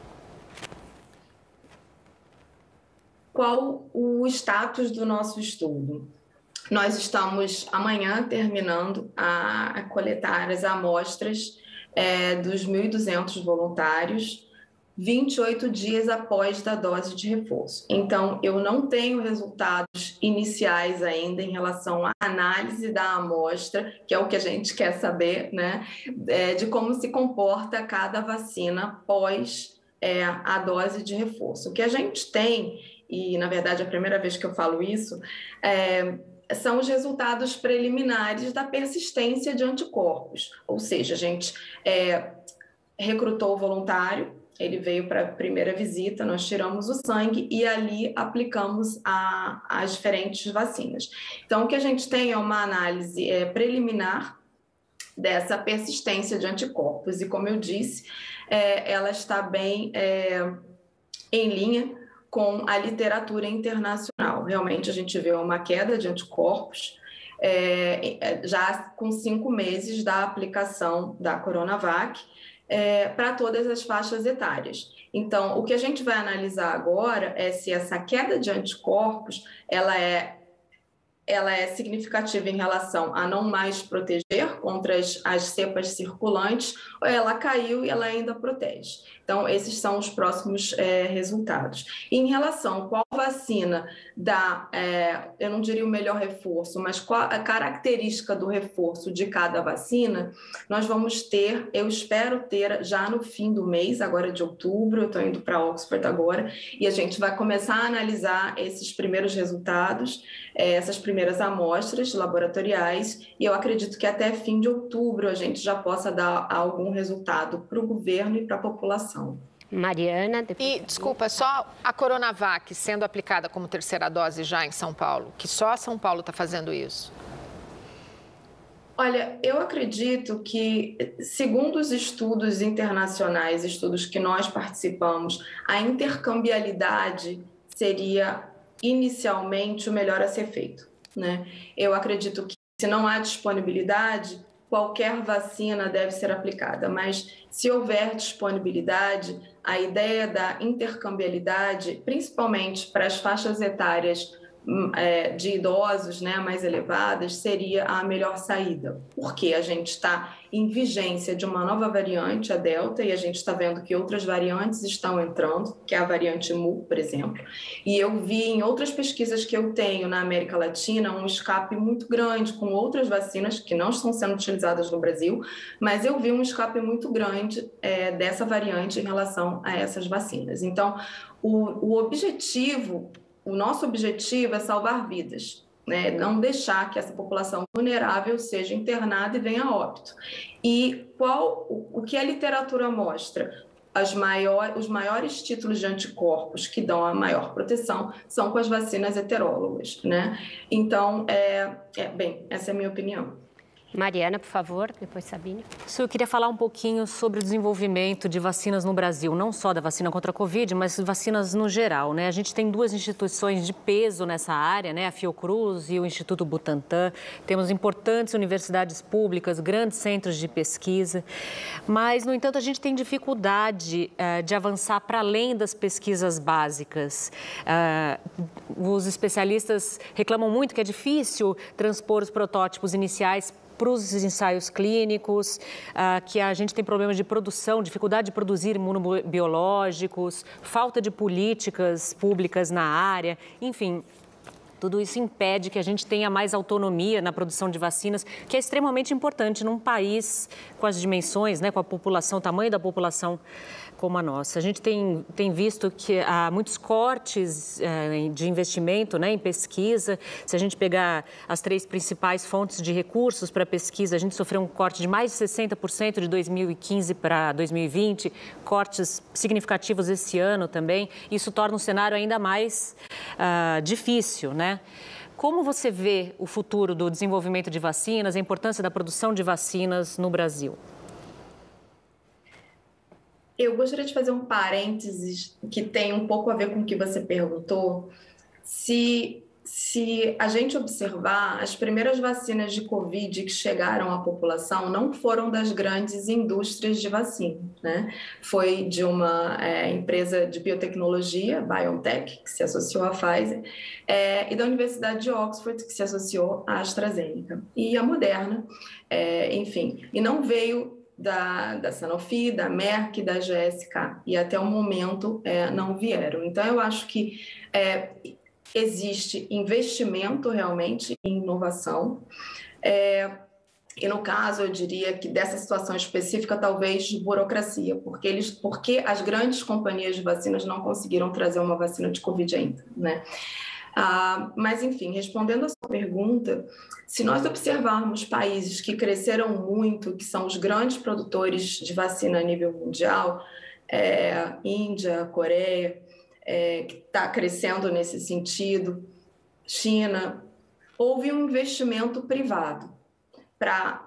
Qual o status do nosso estudo? Nós estamos amanhã terminando a coletar as amostras dos 1.200 voluntários, 28 dias após da dose de reforço. Então, eu não tenho resultados iniciais ainda em relação à análise da amostra, que é o que a gente quer saber, né, de como se comporta cada vacina pós a dose de reforço. O que a gente tem, e na verdade é a primeira vez que eu falo isso, são os resultados preliminares da persistência de anticorpos. Ou seja, a gente recrutou o voluntário, ele veio para a primeira visita, nós tiramos o sangue e ali aplicamos as diferentes vacinas. Então, o que a gente tem é uma análise preliminar dessa persistência de anticorpos. E, como eu disse, ela está bem em linha com a literatura internacional. Realmente, a gente vê uma queda de anticorpos já com 5 meses da aplicação da Coronavac para todas as faixas etárias. Então, o que a gente vai analisar agora é se essa queda de anticorpos ela é significativa em relação a não mais proteger contra as cepas circulantes, ou ela caiu e ela ainda protege. Então, esses são os próximos resultados. E em relação a qual vacina dá, eu não diria o melhor reforço, mas qual a característica do reforço de cada vacina, nós vamos ter, eu espero ter já no fim do mês, agora de outubro, eu estou indo para Oxford agora, e a gente vai começar a analisar esses primeiros resultados, essas primeiras amostras laboratoriais, e eu acredito que até fim de outubro a gente já possa dar algum resultado para o governo e para a população. Mariana. E, desculpa, só a Coronavac sendo aplicada como terceira dose já em São Paulo, que só São Paulo está fazendo isso? Olha, eu acredito que, segundo os estudos internacionais, estudos que nós participamos, a intercambialidade seria inicialmente o melhor a ser feito, né? Eu acredito que, se não há disponibilidade, qualquer vacina deve ser aplicada, mas se houver disponibilidade, a ideia da intercambialidade, principalmente para as faixas etárias de idosos, né, mais elevadas, seria a melhor saída, porque a gente está em vigência de uma nova variante, a Delta, e a gente está vendo que outras variantes estão entrando, que é a variante Mu, por exemplo, e eu vi em outras pesquisas que eu tenho na América Latina um escape muito grande com outras vacinas que não estão sendo utilizadas no Brasil, mas eu vi um escape muito grande dessa variante em relação a essas vacinas. Então, o nosso objetivo é salvar vidas, né? Não deixar que essa população vulnerável seja internada e venha a óbito. E o que a literatura mostra? Os maiores títulos de anticorpos que dão a maior proteção são com as vacinas heterólogas, né? Então, bem, essa é a minha opinião. Mariana, por favor, depois Sabine. Eu queria falar um pouquinho sobre o desenvolvimento de vacinas no Brasil, não só da vacina contra a Covid, mas vacinas no geral, né? A gente tem 2 instituições de peso nessa área, né? A Fiocruz e o Instituto Butantan. Temos importantes universidades públicas, grandes centros de pesquisa, mas, no entanto, a gente tem dificuldade de avançar para além das pesquisas básicas. Os especialistas reclamam muito que é difícil transpor os protótipos iniciais para os ensaios clínicos, que a gente tem problemas de produção, dificuldade de produzir imunobiológicos, falta de políticas públicas na área, enfim. Tudo isso impede que a gente tenha mais autonomia na produção de vacinas, que é extremamente importante num país com as dimensões, né, com a população, o tamanho da população como a nossa. A gente tem visto que há muitos cortes de investimento, né, em pesquisa. Se a gente pegar as 3 principais fontes de recursos para pesquisa, a gente sofreu um corte de mais de 60% de 2015 para 2020, cortes significativos esse ano também. Isso torna o cenário ainda mais difícil, né? Como você vê o futuro do desenvolvimento de vacinas, a importância da produção de vacinas no Brasil? Eu gostaria de fazer um parênteses que tem um pouco a ver com o que você perguntou. Se a gente observar, as primeiras vacinas de Covid que chegaram à população não foram das grandes indústrias de vacina, né? Foi de uma empresa de biotecnologia, BioNTech, que se associou à Pfizer, e da Universidade de Oxford, que se associou à AstraZeneca, e a Moderna, enfim. E não veio da Sanofi, da Merck, da GSK, e até o momento não vieram. Então, eu acho que existe investimento realmente em inovação, e no caso eu diria que dessa situação específica talvez de burocracia, porque as grandes companhias de vacinas não conseguiram trazer uma vacina de Covid ainda, né? Mas, enfim, respondendo a sua pergunta, se nós observarmos países que cresceram muito, que são os grandes produtores de vacina a nível mundial, Índia, Coreia, que está crescendo nesse sentido, China, houve um investimento privado para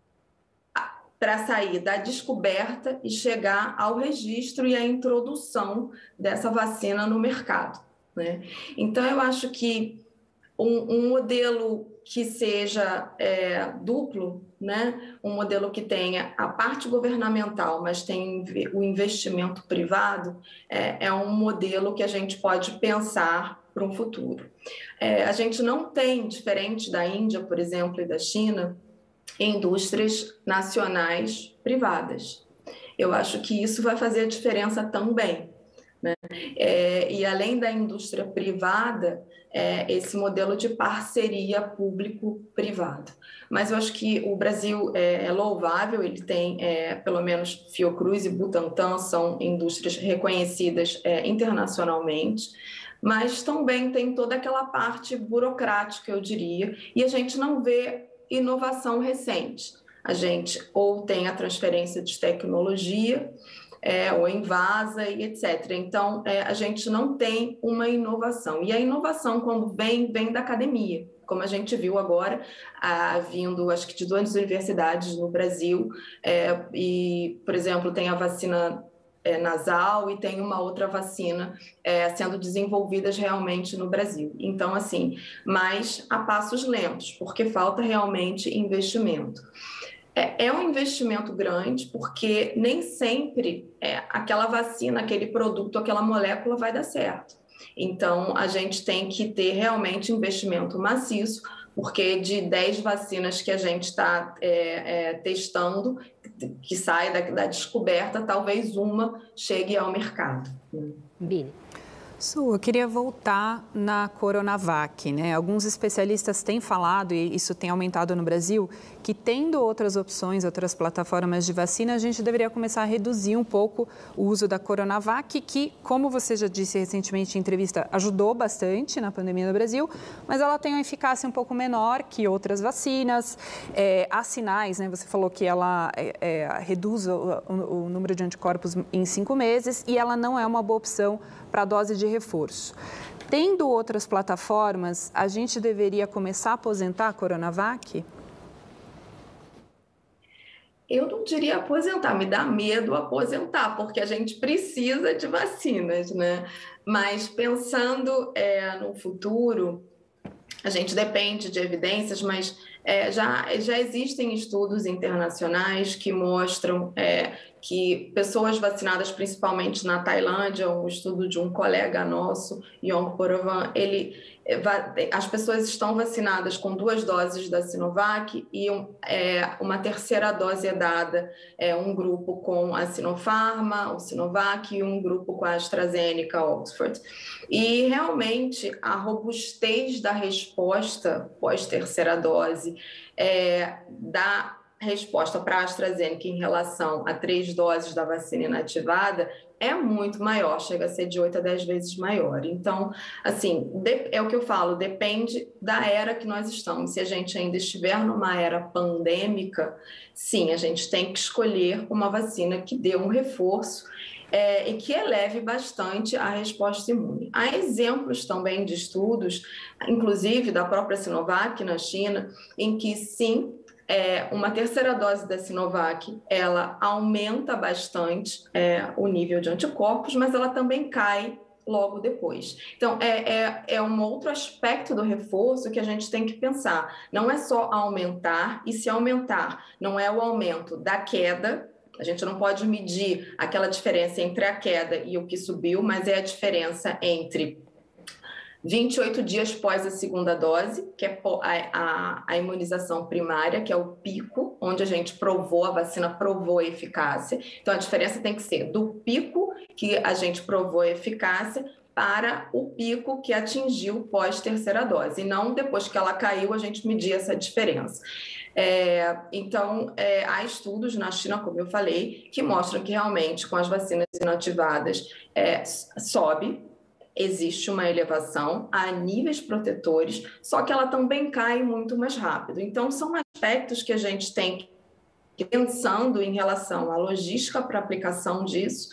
sair da descoberta e chegar ao registro e à introdução dessa vacina no mercado, né? Então, eu acho que um modelo que seja duplo, né? Um modelo que tenha a parte governamental, mas tem o investimento privado, é um modelo que a gente pode pensar para um futuro. A gente não tem, diferente da Índia, por exemplo, e da China, indústrias nacionais privadas. Eu acho que isso vai fazer a diferença também, né? E além da indústria privada, esse modelo de parceria público-privado. Mas eu acho que o Brasil é louvável, ele tem, pelo menos, Fiocruz e Butantan são indústrias reconhecidas internacionalmente, mas também tem toda aquela parte burocrática, eu diria, e a gente não vê inovação recente. A gente ou tem a transferência de tecnologia, ou invasa e etc. Então, a gente não tem uma inovação. E a inovação, quando vem da academia, como a gente viu agora, vindo, acho que de 2 universidades no Brasil, e, por exemplo, tem a vacina nasal e tem uma outra vacina sendo desenvolvidas realmente no Brasil. Então, assim, mas a passos lentos, porque falta realmente investimento. É um investimento grande, porque nem sempre aquela vacina, aquele produto, aquela molécula vai dar certo. Então, a gente tem que ter realmente investimento maciço, porque de 10 vacinas que a gente está testando, que sai da descoberta, talvez uma chegue ao mercado. Bini. Su, eu queria voltar na Coronavac, né? Alguns especialistas têm falado, e isso tem aumentado no Brasil, que tendo outras opções, outras plataformas de vacina, a gente deveria começar a reduzir um pouco o uso da Coronavac, que, como você já disse recentemente em entrevista, ajudou bastante na pandemia no Brasil, mas ela tem uma eficácia um pouco menor que outras vacinas. Há sinais, né? Você falou que ela reduz o número de anticorpos em 5 meses e ela não é uma boa opção para a dose de reforço. Tendo outras plataformas, a gente deveria começar a aposentar a Coronavac? Eu não diria aposentar, me dá medo aposentar, porque a gente precisa de vacinas, né? Mas pensando no futuro, a gente depende de evidências, mas já existem estudos internacionais que mostram que pessoas vacinadas, principalmente na Tailândia, um estudo de um colega nosso, Yong Porovan, as pessoas estão vacinadas com 2 doses da Sinovac e uma terceira dose é dada, um grupo com a Sinopharma, o Sinovac, e um grupo com a AstraZeneca, Oxford. E realmente a robustez da resposta pós-terceira dose da resposta para a AstraZeneca em relação a 3 doses da vacina inativada é muito maior, chega a ser de 8 a 10 vezes maior. Então, assim, é o que eu falo, depende da era que nós estamos. Se a gente ainda estiver numa era pandêmica, sim, a gente tem que escolher uma vacina que dê um reforço e que eleve bastante a resposta imune. Há exemplos também de estudos, inclusive da própria Sinovac na China, em que sim, uma terceira dose da Sinovac, ela aumenta bastante o nível de anticorpos, mas ela também cai logo depois. Então, é um outro aspecto do reforço que a gente tem que pensar. Não é só aumentar, e se aumentar não é o aumento da queda. A gente não pode medir aquela diferença entre a queda e o que subiu, mas é a diferença entre 28 dias após a segunda dose, que é a imunização primária, que é o pico, onde a vacina provou a eficácia. Então, a diferença tem que ser do pico que a gente provou a eficácia para o pico que atingiu pós-terceira dose, e não depois que ela caiu a gente medir essa diferença. Então, há estudos na China, como eu falei, que mostram que realmente com as vacinas inativadas sobe, existe uma elevação a níveis protetores, só que ela também cai muito mais rápido. Então, são aspectos que a gente tem que ir pensando em relação à logística para aplicação disso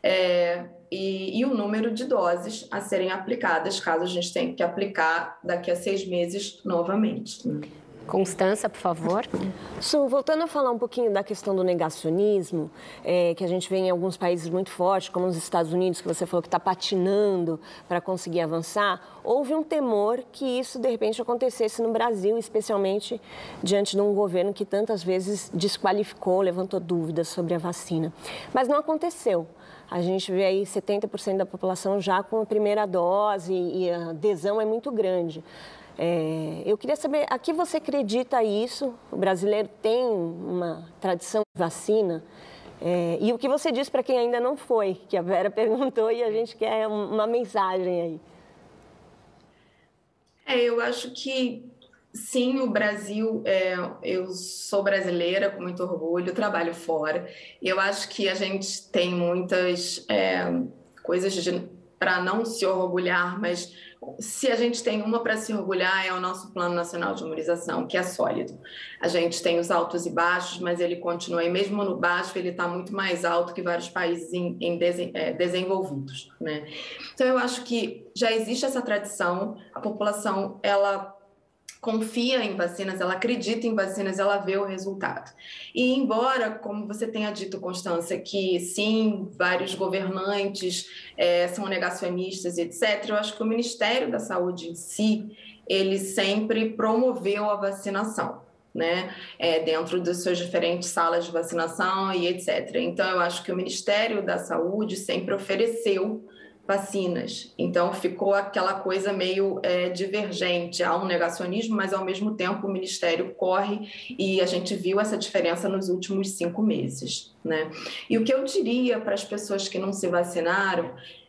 e o número de doses a serem aplicadas, caso a gente tenha que aplicar daqui a 6 meses novamente. Constança, por favor. Su, voltando a falar um pouquinho da questão do negacionismo, que a gente vê em alguns países muito fortes, como os Estados Unidos, que você falou que está patinando para conseguir avançar, houve um temor que isso, de repente, acontecesse no Brasil, especialmente diante de um governo que tantas vezes desqualificou, levantou dúvidas sobre a vacina. Mas não aconteceu. A gente vê aí 70% da população já com a primeira dose e a adesão é muito grande. Eu queria saber, a que você acredita isso? O brasileiro tem uma tradição de vacina? E o que você diz para quem ainda não foi? Que a Vera perguntou e a gente quer uma mensagem aí. Eu acho que sim, o Brasil, eu sou brasileira com muito orgulho, trabalho fora. E eu acho que a gente tem muitas coisas para não se orgulhar, mas se a gente tem uma para se orgulhar é o nosso Plano Nacional de Imunização, que é sólido. A gente tem os altos e baixos, mas ele continua, e mesmo no baixo ele está muito mais alto que vários países desenvolvidos, né? Então eu acho que já existe essa tradição, a população ela confia em vacinas, ela acredita em vacinas, ela vê o resultado. E embora, como você tenha dito, Constância, que sim, vários governantes são negacionistas, etc., eu acho que o Ministério da Saúde em si, ele sempre promoveu a vacinação, né? Dentro das suas diferentes salas de vacinação e etc. Então, eu acho que o Ministério da Saúde sempre ofereceu vacinas. Então, ficou aquela coisa meio divergente. Há um negacionismo, mas, ao mesmo tempo, o Ministério corre e a gente viu essa diferença nos últimos 5 meses, né? E o que eu diria para as pessoas que não se vacinaram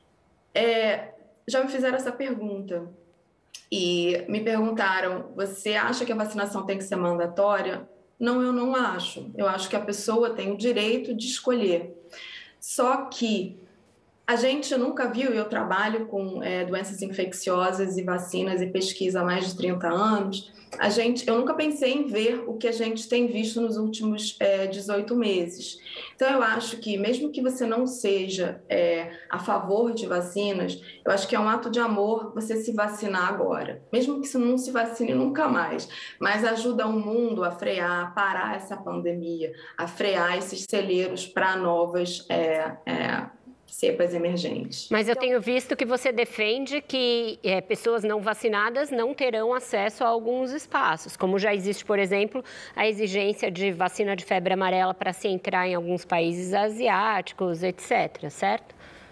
já me fizeram essa pergunta e me perguntaram, você acha que a vacinação tem que ser mandatória? Não, eu não acho. Eu acho que a pessoa tem o direito de escolher. Só que a gente nunca viu, e eu trabalho com doenças infecciosas e vacinas e pesquisa há mais de 30 anos, eu nunca pensei em ver o que a gente tem visto nos últimos 18 meses. Então, eu acho que, mesmo que você não seja a favor de vacinas, eu acho que é um ato de amor você se vacinar agora. Mesmo que você não se vacine nunca mais, mas ajuda o mundo a frear, a parar essa pandemia, a frear esses celeiros para novas cepas emergentes. Mas eu tenho visto que você defende que pessoas não vacinadas não terão acesso a alguns espaços, como já existe, por exemplo, a exigência de vacina de febre amarela para se entrar em alguns países asiáticos, etc., certo?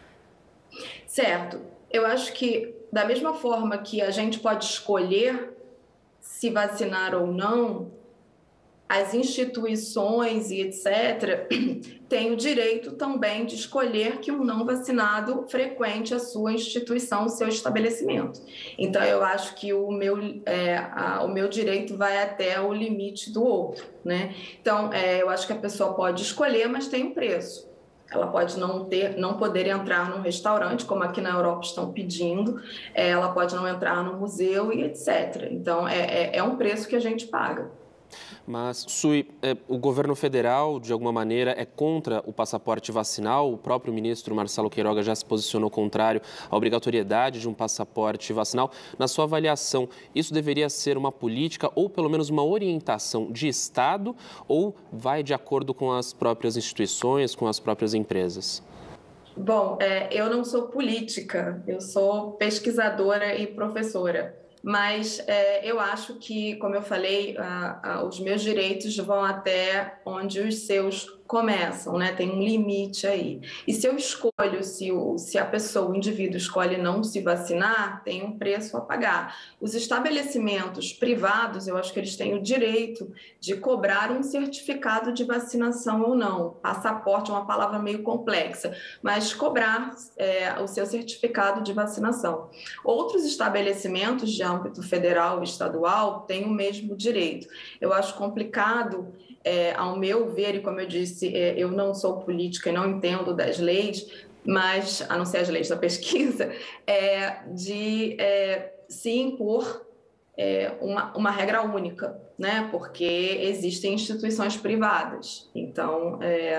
Certo. Eu acho que, da mesma forma que a gente pode escolher se vacinar ou não, as instituições e etc. têm o direito também de escolher que um não vacinado frequente a sua instituição, o seu estabelecimento. Então, eu acho que o meu direito vai até o limite do outro, né? Então, eu acho que a pessoa pode escolher, mas tem um preço. Ela pode não poder entrar num restaurante, como aqui na Europa estão pedindo, ela pode não entrar no museu e etc. Então, é um preço que a gente paga. Mas, Sui, o governo federal, de alguma maneira, é contra o passaporte vacinal? O próprio ministro Marcelo Queiroga já se posicionou contrário à obrigatoriedade de um passaporte vacinal. Na sua avaliação, isso deveria ser uma política ou, pelo menos, uma orientação de Estado ou vai de acordo com as próprias instituições, com as próprias empresas? Bom, eu não sou política, eu sou pesquisadora e professora. Mas eu acho que, como eu falei, os meus direitos vão até onde os seus começam, né? Tem um limite aí. E se eu escolho, se a pessoa, o indivíduo escolhe não se vacinar, tem um preço a pagar. Os estabelecimentos privados, eu acho que eles têm o direito de cobrar um certificado de vacinação ou não. Passaporte é uma palavra meio complexa, mas cobrar o seu certificado de vacinação. Outros estabelecimentos de âmbito federal e estadual têm o mesmo direito. Eu acho complicado, ao meu ver, e como eu disse, eu não sou política e não entendo das leis, mas, a não ser as leis da pesquisa, de se impor uma regra única, né? Porque existem instituições privadas. Então,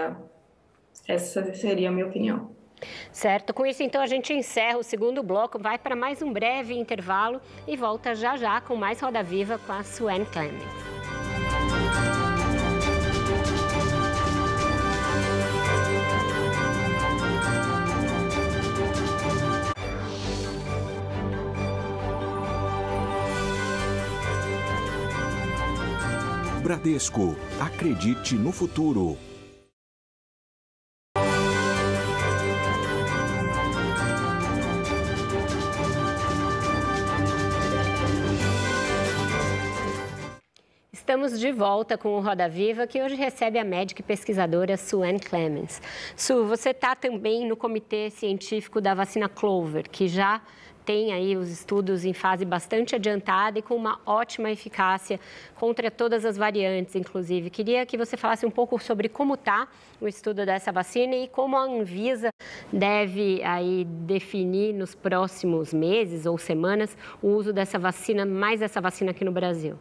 essa seria a minha opinião. Certo. Com isso, então, a gente encerra o segundo bloco, vai para mais um breve intervalo e volta já já com mais Roda Viva com a Suane Clemens. Bradesco, acredite no futuro. Estamos de volta com o Roda Viva, que hoje recebe a médica e pesquisadora Suane Clemens. Su, você está também no Comitê Científico da vacina Clover, que já tem aí os estudos em fase bastante adiantada e com uma ótima eficácia contra todas as variantes, inclusive. Queria que você falasse um pouco sobre como está o estudo dessa vacina e como a Anvisa deve aí definir nos próximos meses ou semanas o uso dessa vacina, mais essa vacina aqui no Brasil.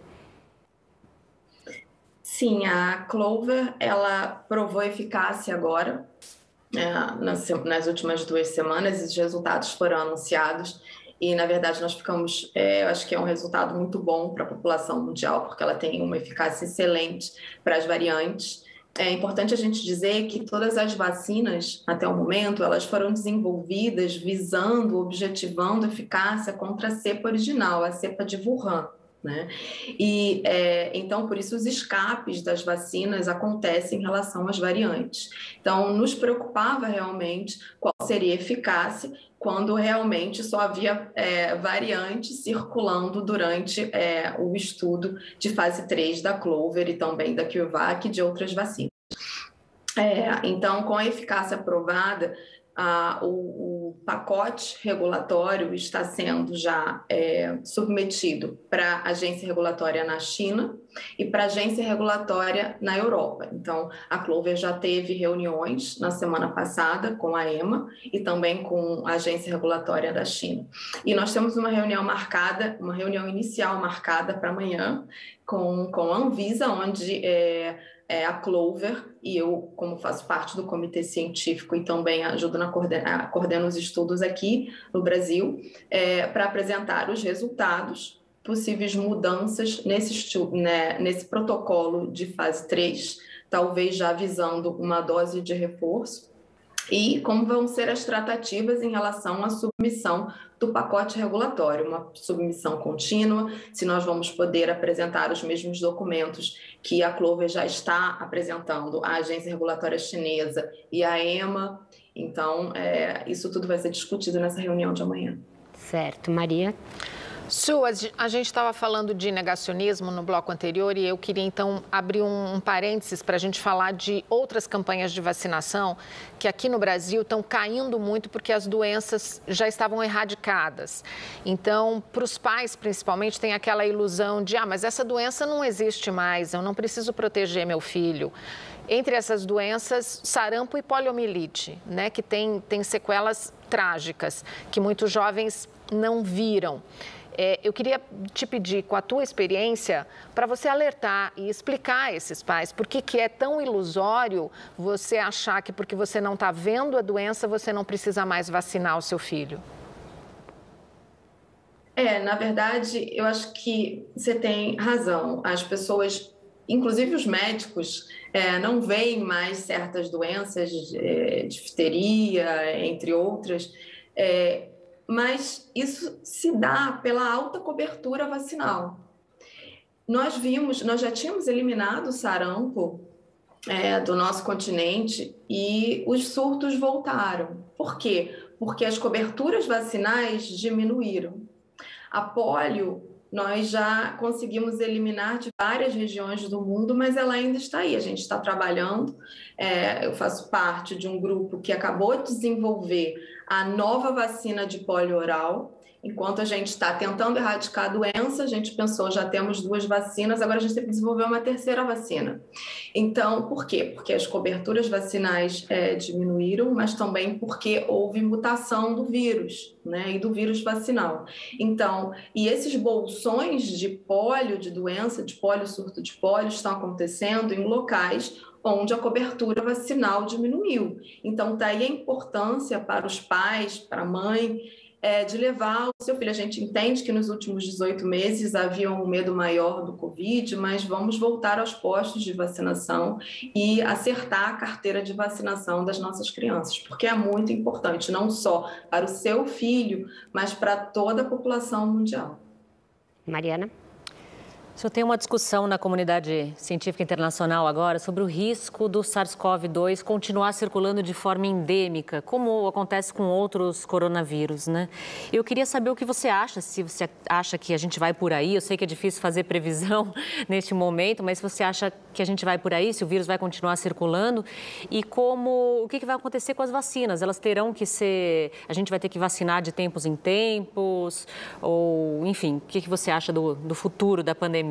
Sim, a Clover, ela provou eficácia agora, nas últimas 2 semanas, os resultados foram anunciados e, na verdade, nós ficamos, eu acho que é um resultado muito bom para a população mundial, porque ela tem uma eficácia excelente para as variantes. É importante a gente dizer que todas as vacinas, até o momento, elas foram desenvolvidas visando, objetivando eficácia contra a cepa original, a cepa de Wuhan. Né? E, então, por isso, os escapes das vacinas acontecem em relação às variantes. Então, nos preocupava realmente qual seria a eficácia quando realmente só havia variantes circulando durante o estudo de fase 3 da Clover e também da CureVac e de outras vacinas. Então, com a eficácia aprovada, o pacote regulatório está sendo já submetido para a agência regulatória na China e para a agência regulatória na Europa. Então, a Clover já teve reuniões na semana passada com a EMA e também com a agência regulatória da China. E nós temos uma reunião marcada, uma reunião inicial marcada para amanhã com a Anvisa, onde a Clover, e eu, como faço parte do comitê científico e também ajudo coordeno os estudos aqui no Brasil, para apresentar os resultados, possíveis mudanças nesse protocolo de fase 3, talvez já visando uma dose de reforço, e como vão ser as tratativas em relação à submissão do pacote regulatório, uma submissão contínua, se nós vamos poder apresentar os mesmos documentos que a Clover já está apresentando à Agência Regulatória Chinesa e à EMA. Então, isso tudo vai ser discutido nessa reunião de amanhã. Certo. Maria? Su, a gente estava falando de negacionismo no bloco anterior e eu queria então abrir um parênteses para a gente falar de outras campanhas de vacinação que aqui no Brasil estão caindo muito porque as doenças já estavam erradicadas. Então, para os pais principalmente, tem aquela ilusão de, mas essa doença não existe mais, eu não preciso proteger meu filho. Entre essas doenças, sarampo e poliomielite, né, que tem sequelas trágicas, que muitos jovens não viram. Eu queria te pedir, com a tua experiência, para você alertar e explicar a esses pais por que é tão ilusório você achar que porque você não está vendo a doença, você não precisa mais vacinar o seu filho. Na verdade, eu acho que você tem razão. As pessoas, inclusive os médicos, não veem mais certas doenças, difteria, entre outras, mas isso se dá pela alta cobertura vacinal. Nós já tínhamos eliminado o sarampo do nosso continente e os surtos voltaram. Por quê? Porque as coberturas vacinais diminuíram. A polio, nós já conseguimos eliminar de várias regiões do mundo, mas ela ainda está aí. A gente está trabalhando. Eu faço parte de um grupo que acabou de desenvolver a nova vacina de polio oral. Enquanto a gente está tentando erradicar a doença, a gente pensou, já temos 2 vacinas, agora a gente tem que desenvolver uma 3ª vacina. Então, por quê? Porque as coberturas vacinais diminuíram, mas também porque houve mutação do vírus, né, e do vírus vacinal. Então, e esses bolsões de polio, de doença, de polio, surto de polio, estão acontecendo em locais onde a cobertura vacinal diminuiu. Então, daí a importância para os pais, para a mãe, de levar o seu filho. A gente entende que nos últimos 18 meses havia um medo maior do Covid, mas vamos voltar aos postos de vacinação e acertar a carteira de vacinação das nossas crianças, porque é muito importante, não só para o seu filho, mas para toda a população mundial. Mariana? O senhor tem uma discussão na comunidade científica internacional agora sobre o risco do SARS-CoV-2 continuar circulando de forma endêmica, como acontece com outros coronavírus, né? Eu queria saber o que você acha, se você acha que a gente vai por aí. Eu sei que é difícil fazer previsão neste momento, mas se você acha que a gente vai por aí, se o vírus vai continuar circulando e o que vai acontecer com as vacinas? Elas terão que ser, a gente vai ter que vacinar de tempos em tempos, ou enfim, o que você acha do futuro da pandemia?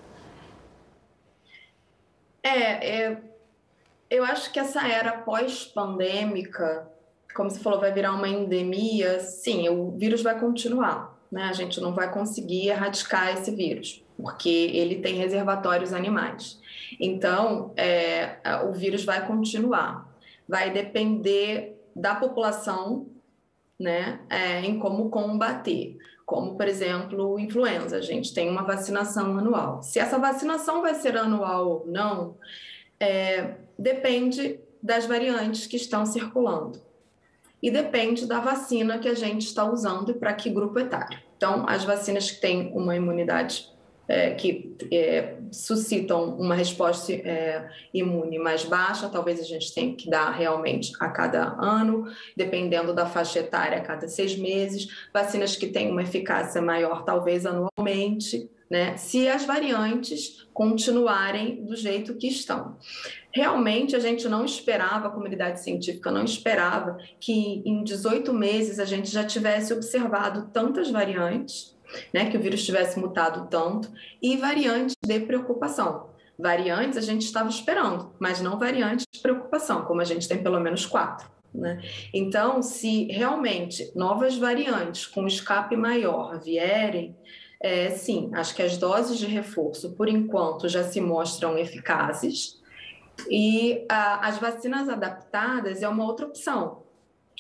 Eu acho que essa era pós-pandêmica, como você falou, vai virar uma endemia. Sim, o vírus vai continuar, né? A gente não vai conseguir erradicar esse vírus, porque ele tem reservatórios animais. Então, o vírus vai continuar. Vai depender da população, né, em como combater. Como, por exemplo, influenza. A gente tem uma vacinação anual. Se essa vacinação vai ser anual ou não, depende das variantes que estão circulando. E depende da vacina que a gente está usando e para que grupo etário. Então, as vacinas que têm uma imunidade que suscitam uma resposta imune mais baixa, talvez a gente tenha que dar realmente a cada ano, dependendo da faixa etária, a cada 6 meses. Vacinas que têm uma eficácia maior, talvez anualmente, né? Se as variantes continuarem do jeito que estão. Realmente, a gente não esperava, a comunidade científica não esperava que em 18 meses a gente já tivesse observado tantas variantes, né, que o vírus tivesse mutado tanto, e variantes de preocupação. Variantes a gente estava esperando, mas não variantes de preocupação, como a gente tem pelo menos 4. Né? Então, se realmente novas variantes com escape maior vierem, sim, acho que as doses de reforço, por enquanto, já se mostram eficazes, e as vacinas adaptadas é uma outra opção.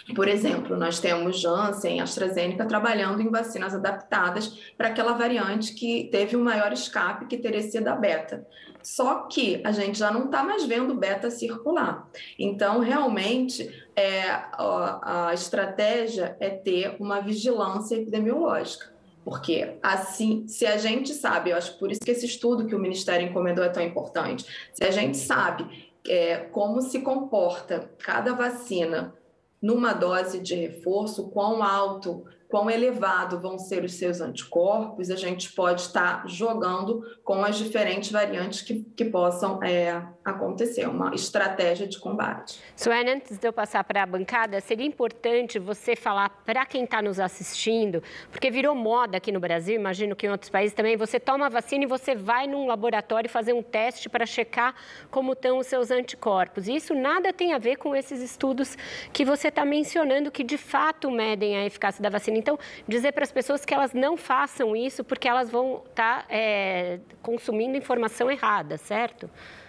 Por exemplo, nós temos Janssen, AstraZeneca trabalhando em vacinas adaptadas para aquela variante que teve um maior escape, que teria sido a beta. Só que a gente já não está mais vendo beta circular. Então, realmente, a estratégia é ter uma vigilância epidemiológica. Porque, assim, se a gente sabe, eu acho que por isso que esse estudo que o Ministério encomendou é tão importante, se a gente sabe como se comporta cada vacina numa dose de reforço, quão alto, quão elevado vão ser os seus anticorpos, a gente pode estar jogando com as diferentes variantes que possam acontecer, uma estratégia de combate. Suene, antes de eu passar para a bancada, seria importante você falar para quem está nos assistindo, porque virou moda aqui no Brasil, imagino que em outros países também, você toma a vacina e você vai num laboratório fazer um teste para checar como estão os seus anticorpos. E isso nada tem a ver com esses estudos que você está mencionando, que de fato medem a eficácia da vacina. Então, dizer para as pessoas que elas não façam isso porque elas vão estar consumindo informação errada, certo?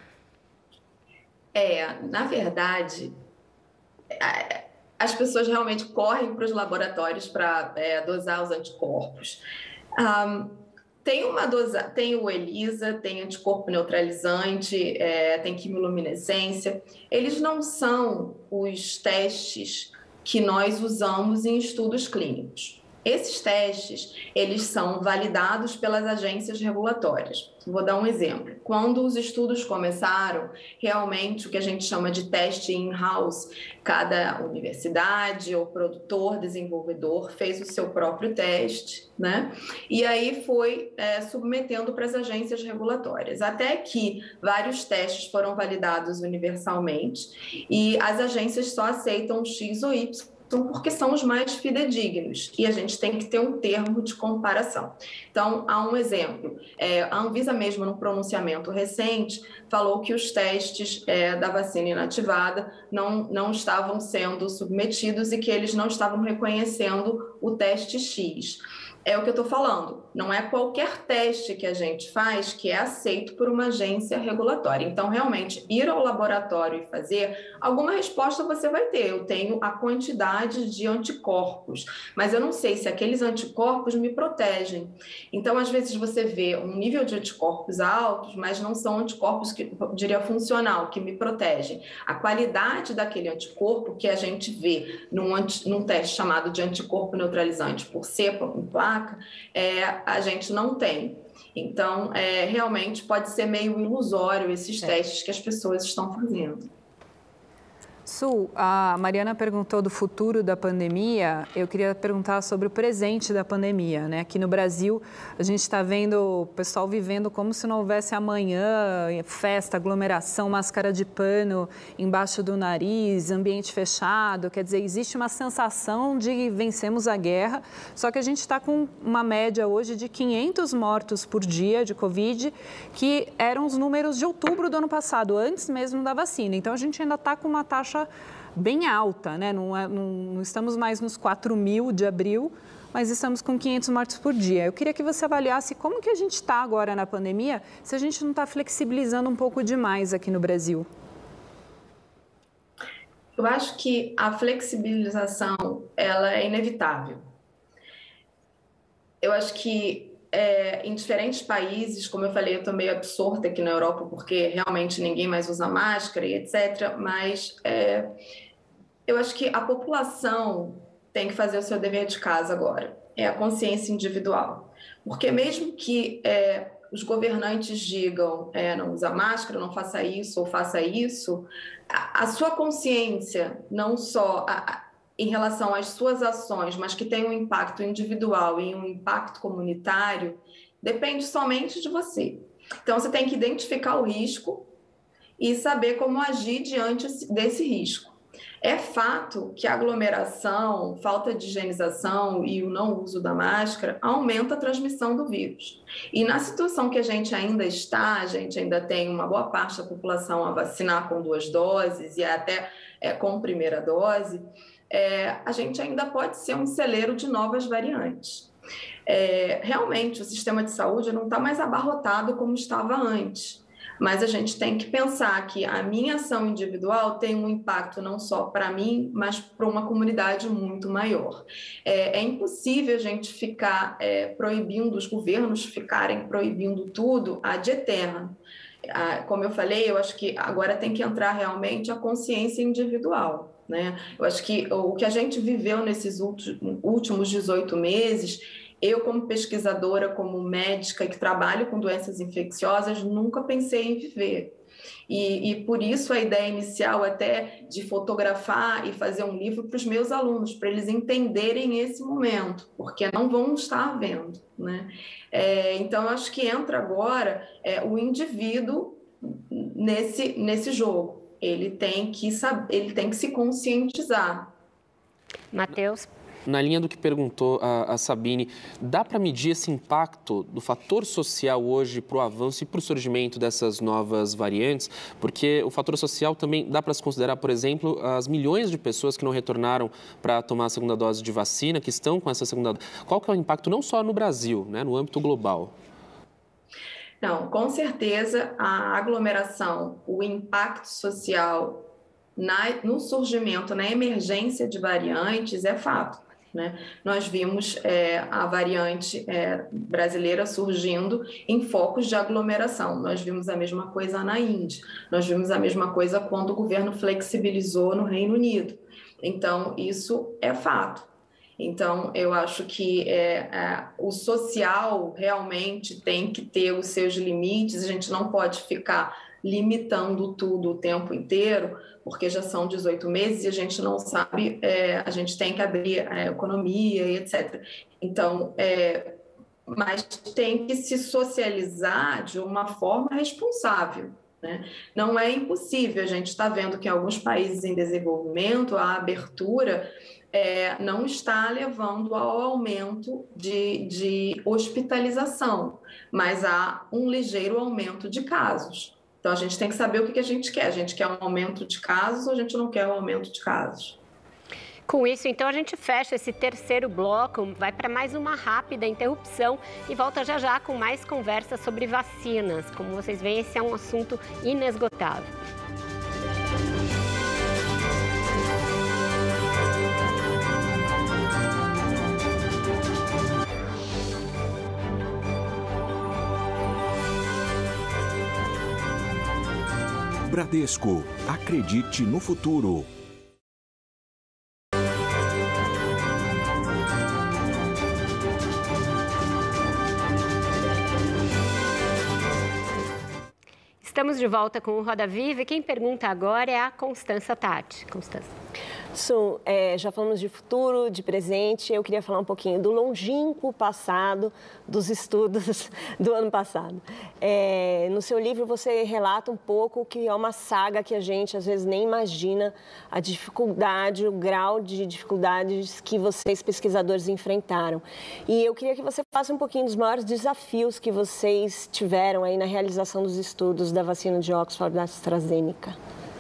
Na verdade, as pessoas realmente correm para os laboratórios para dosar os anticorpos. Tem o ELISA, tem anticorpo neutralizante, tem quimiluminescência. Eles não são os testes que nós usamos em estudos clínicos. Esses testes, eles são validados pelas agências regulatórias. Vou dar um exemplo. Quando os estudos começaram, realmente o que a gente chama de teste in-house, cada universidade ou produtor, desenvolvedor fez o seu próprio teste, né? E aí foi submetendo para as agências regulatórias, até que vários testes foram validados universalmente e as agências só aceitam X ou Y, porque são os mais fidedignos e a gente tem que ter um termo de comparação. Então, há um exemplo. A Anvisa mesmo, no pronunciamento recente, falou que os testes da vacina inativada não estavam sendo submetidos e que eles não estavam reconhecendo o teste X. É o que eu estou falando, não é qualquer teste que a gente faz que é aceito por uma agência regulatória. Então, realmente, ir ao laboratório e fazer, alguma resposta você vai ter. Eu tenho a quantidade de anticorpos, mas eu não sei se aqueles anticorpos me protegem. Então, às vezes, você vê um nível de anticorpos altos, mas não são anticorpos que, eu diria, funcional, que me protegem. A qualidade daquele anticorpo que a gente vê num teste chamado de anticorpo neutralizante por cepa, com placa, a gente não tem. Então, realmente pode ser meio ilusório esses testes que as pessoas estão fazendo. Su, a Mariana perguntou do futuro da pandemia, eu queria perguntar sobre o presente da pandemia, né? Aqui no Brasil, a gente está vendo o pessoal vivendo como se não houvesse amanhã, festa, aglomeração, máscara de pano embaixo do nariz, ambiente fechado, quer dizer, existe uma sensação de vencemos a guerra, só que a gente está com uma média hoje de 500 mortos por dia de Covid, que eram os números de outubro do ano passado, antes mesmo da vacina. Então, a gente ainda está com uma taxa bem alta, né? Não estamos mais nos 4.000 de abril, mas estamos com 500 mortes por dia. Eu queria que você avaliasse como que a gente está agora na pandemia, se a gente não está flexibilizando um pouco demais aqui no Brasil. Eu acho que a flexibilização, ela é inevitável. Eu acho que em diferentes países, como eu falei, eu estou meio absorta aqui na Europa, porque realmente ninguém mais usa máscara e etc., mas eu acho que a população tem que fazer o seu dever de casa agora, é a consciência individual. Porque mesmo que os governantes digam não usa máscara, não faça isso ou faça isso, a sua consciência, não só em relação às suas ações, mas que tem um impacto individual e um impacto comunitário, depende somente de você. Então, você tem que identificar o risco e saber como agir diante desse risco. É fato que a aglomeração, falta de higienização e o não uso da máscara aumenta a transmissão do vírus. E na situação que a gente ainda está, a gente ainda tem uma boa parte da população a vacinar com 2 doses e até com primeira dose, a gente ainda pode ser um celeiro de novas variantes. Realmente, o sistema de saúde não está mais abarrotado como estava antes, Mas a gente tem que pensar que a minha ação individual tem um impacto não só para mim, mas para uma comunidade muito maior. É impossível a gente ficar proibindo, os governos ficarem proibindo tudo ad eterno. Como eu falei, eu acho que agora tem que entrar realmente a consciência individual, né? Eu acho que o que a gente viveu nesses últimos 18 meses, eu como pesquisadora, como médica que trabalho com doenças infecciosas, nunca pensei em viver. E por isso a ideia inicial até de fotografar e fazer um livro para os meus alunos, para eles entenderem esse momento, porque não vão estar vendo, né? Então, eu acho que entra agora o indivíduo nesse jogo. Ele tem que saber, ele tem que se conscientizar. Matheus? Na linha do que perguntou a Sabine, dá para medir esse impacto do fator social hoje para o avanço e para o surgimento dessas novas variantes? Porque o fator social também dá para se considerar, por exemplo, as milhões de pessoas que não retornaram para tomar a segunda dose de vacina, que estão com essa segunda dose. Qual que é o impacto não só no Brasil, né, no âmbito global? Não, com certeza a aglomeração, o impacto social no surgimento, na emergência de variantes é fato, né? Nós vimos a variante brasileira surgindo em focos de aglomeração. Nós vimos a mesma coisa na Índia, nós vimos a mesma coisa quando o governo flexibilizou no Reino Unido. Então, isso é fato. Então, eu acho que o social realmente tem que ter os seus limites, a gente não pode ficar limitando tudo o tempo inteiro, porque já são 18 meses e a gente não sabe, a gente tem que abrir a economia e etc. Então, mas tem que se socializar de uma forma responsável, né? Não é impossível, a gente está vendo que em alguns países em desenvolvimento a abertura não está levando ao aumento de hospitalização, mas há um ligeiro aumento de casos. Então, a gente tem que saber o que a gente quer. A gente quer um aumento de casos ou a gente não quer um aumento de casos? Com isso, então, a gente fecha esse terceiro bloco, vai para mais uma rápida interrupção e volta já já com mais conversa sobre vacinas. Como vocês veem, esse é um assunto inesgotável. Bradesco, acredite no futuro. Estamos de volta com o Roda Viva e quem pergunta agora é a Constança Tati. Constança. Já falamos de futuro, de presente. Eu queria falar um pouquinho do longínquo passado, dos estudos do ano passado. No seu livro, você relata um pouco que é uma saga que a gente, às vezes, nem imagina a dificuldade, o grau de dificuldades que vocês, pesquisadores, enfrentaram. E eu queria que você falasse um pouquinho dos maiores desafios que vocês tiveram aí na realização dos estudos da vacina de Oxford da AstraZeneca.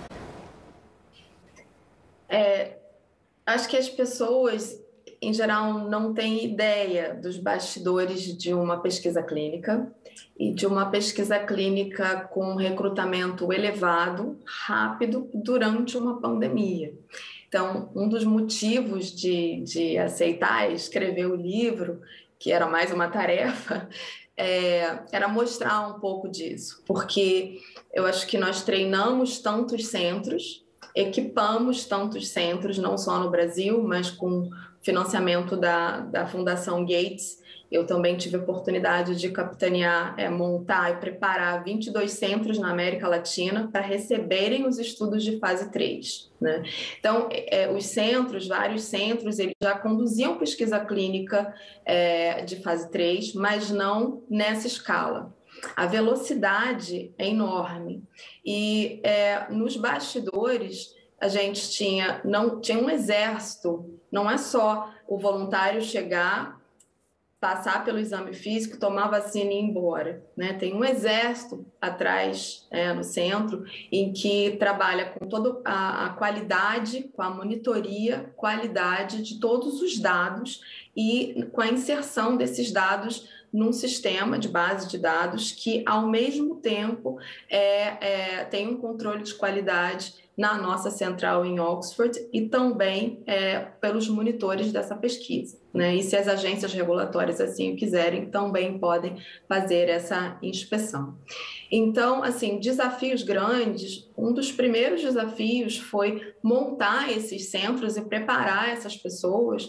Acho que as pessoas, em geral, não têm ideia dos bastidores de uma pesquisa clínica e de uma pesquisa clínica com recrutamento elevado, rápido, durante uma pandemia. Então, um dos motivos de aceitar escrever o livro, que era mais uma tarefa, era mostrar um pouco disso, porque eu acho que nós treinamos tantos centros, equipamos tantos centros, não só no Brasil, mas com financiamento da Fundação Gates. Eu também tive a oportunidade de capitanear, montar e preparar 22 centros na América Latina para receberem os estudos de fase 3. Né? Então, os centros, vários centros, eles já conduziam pesquisa clínica de fase 3, mas não nessa escala. A velocidade é enorme e nos bastidores a gente tinha um exército, não é só o voluntário chegar, passar pelo exame físico, tomar vacina e ir embora, né? Tem um exército atrás, no centro, em que trabalha com toda a qualidade, com a monitoria, qualidade de todos os dados e com a inserção desses dados num sistema de base de dados que, ao mesmo tempo, tem um controle de qualidade na nossa central em Oxford e também pelos monitores dessa pesquisa, né? E se as agências regulatórias assim o quiserem, também podem fazer essa inspeção. Então, assim, desafios grandes, um dos primeiros desafios foi montar esses centros e preparar essas pessoas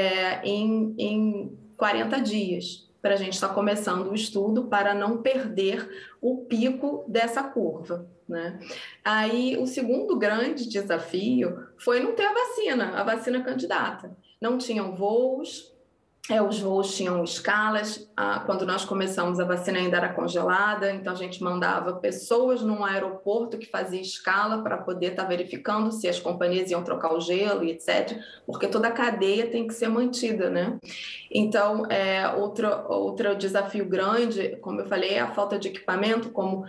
em 40 dias, para a gente estar começando o estudo para não perder o pico dessa curva, né? Aí, o segundo grande desafio foi não ter a vacina candidata. Não tinham voos, os voos tinham escalas. Quando nós começamos, a vacina ainda era congelada, então a gente mandava pessoas num aeroporto que fazia escala para poder estar verificando se as companhias iam trocar o gelo e etc., porque toda a cadeia tem que ser mantida, né? Então, outro desafio grande, como eu falei, é a falta de equipamento, como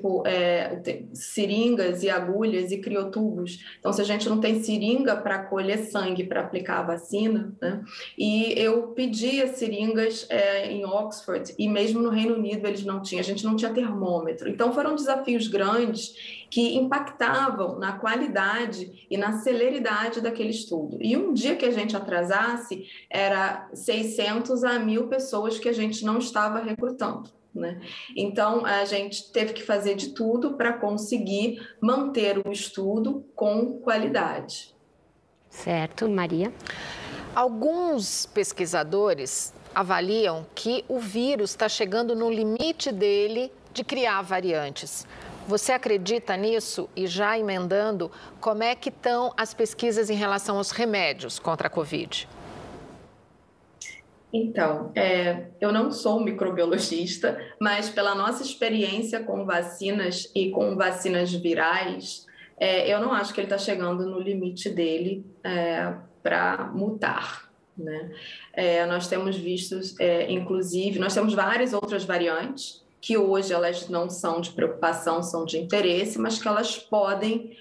seringas e agulhas e criotubos. Então, se a gente não tem seringa para colher sangue para aplicar a vacina, né? E eu pedia seringas em Oxford e mesmo no Reino Unido eles não tinham, a gente não tinha termômetro. Então, foram desafios grandes que impactavam na qualidade e na celeridade daquele estudo. E um dia que a gente atrasasse, era 600 a 1.000 pessoas que a gente não estava recrutando, né? Então, a gente teve que fazer de tudo para conseguir manter o estudo com qualidade. Certo, Maria? Alguns pesquisadores avaliam que o vírus está chegando no limite dele de criar variantes. Você acredita nisso? E já emendando, como é que estão as pesquisas em relação aos remédios contra a Covid? Então, eu não sou microbiologista, mas pela nossa experiência com vacinas e com vacinas virais, eu não acho que ele está chegando no limite dele para mutar, né? Nós temos visto, inclusive, nós temos várias outras variantes que hoje elas não são de preocupação, são de interesse, mas que elas podem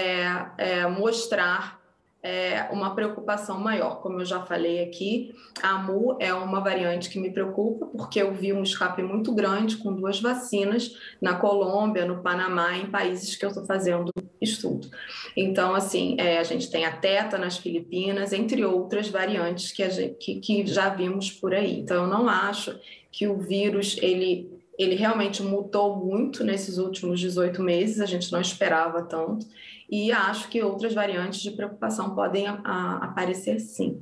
mostrar uma preocupação maior. Como eu já falei aqui, a Mu é uma variante que me preocupa, porque eu vi um escape muito grande com 2 vacinas na Colômbia, no Panamá, em países que eu estou fazendo estudo. Então, assim, a gente tem a Teta nas Filipinas, entre outras variantes que já vimos por aí. Então, eu não acho que o vírus, ele realmente mutou muito nesses últimos 18 meses, a gente não esperava tanto, e acho que outras variantes de preocupação podem aparecer sim.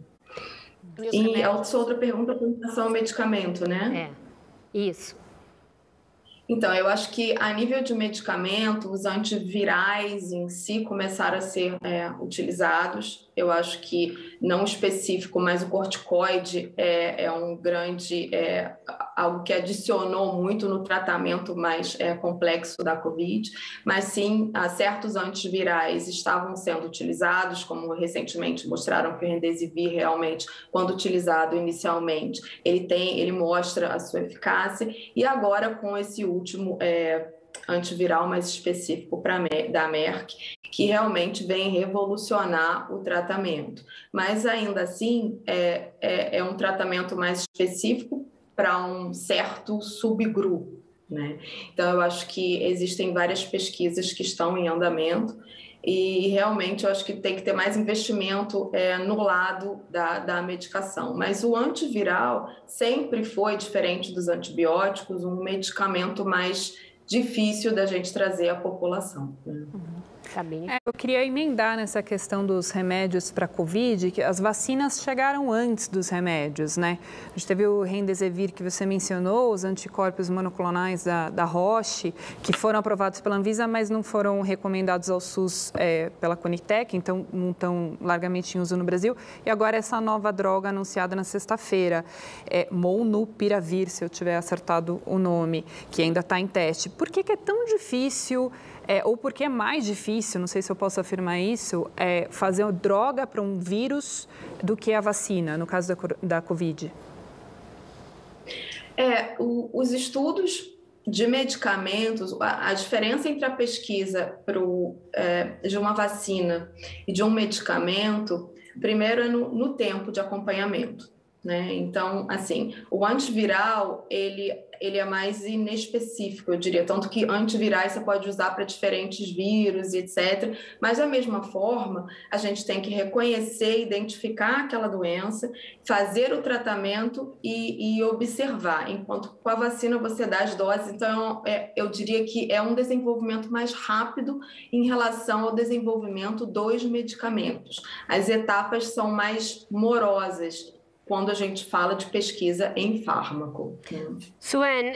E a outra pergunta com relação ao medicamento, né? Isso. Então, eu acho que a nível de medicamento, os antivirais em si começaram a ser utilizados. Eu acho que não específico, mas o corticoide é um grande, algo que adicionou muito no tratamento mais complexo da Covid, mas sim, certos antivirais estavam sendo utilizados, como recentemente mostraram que o Remdesivir realmente, quando utilizado inicialmente, ele mostra a sua eficácia, e agora com esse último antiviral mais específico da Merck, que realmente vem revolucionar o tratamento. Mas ainda assim, é um tratamento mais específico para um certo subgrupo, né? Então, eu acho que existem várias pesquisas que estão em andamento e realmente eu acho que tem que ter mais investimento no lado da medicação. Mas o antiviral sempre foi, diferente dos antibióticos, um medicamento mais difícil da gente trazer à população, né? Eu queria emendar nessa questão dos remédios para a Covid, que as vacinas chegaram antes dos remédios, né? A gente teve o Remdesivir que você mencionou, os anticorpos monoclonais da Roche, que foram aprovados pela Anvisa, mas não foram recomendados ao SUS pela Conitec, então não estão largamente em uso no Brasil. E agora essa nova droga anunciada na sexta-feira, Molnupiravir, se eu tiver acertado o nome, que ainda está em teste. Por que é tão difícil... ou porque é mais difícil, não sei se eu posso afirmar isso, fazer uma droga para um vírus do que a vacina, no caso da Covid? Os estudos de medicamentos, a diferença entre a pesquisa de uma vacina e de um medicamento, primeiro é no tempo de acompanhamento, né? Então, assim, o antiviral, ele é mais inespecífico, eu diria, tanto que antivirais você pode usar para diferentes vírus e etc. Mas, da mesma forma, a gente tem que reconhecer, identificar aquela doença, fazer o tratamento e observar, enquanto com a vacina você dá as doses. Então, eu diria que é um desenvolvimento mais rápido em relação ao desenvolvimento dos medicamentos. As etapas são mais morosas quando a gente fala de pesquisa em fármaco. Suene,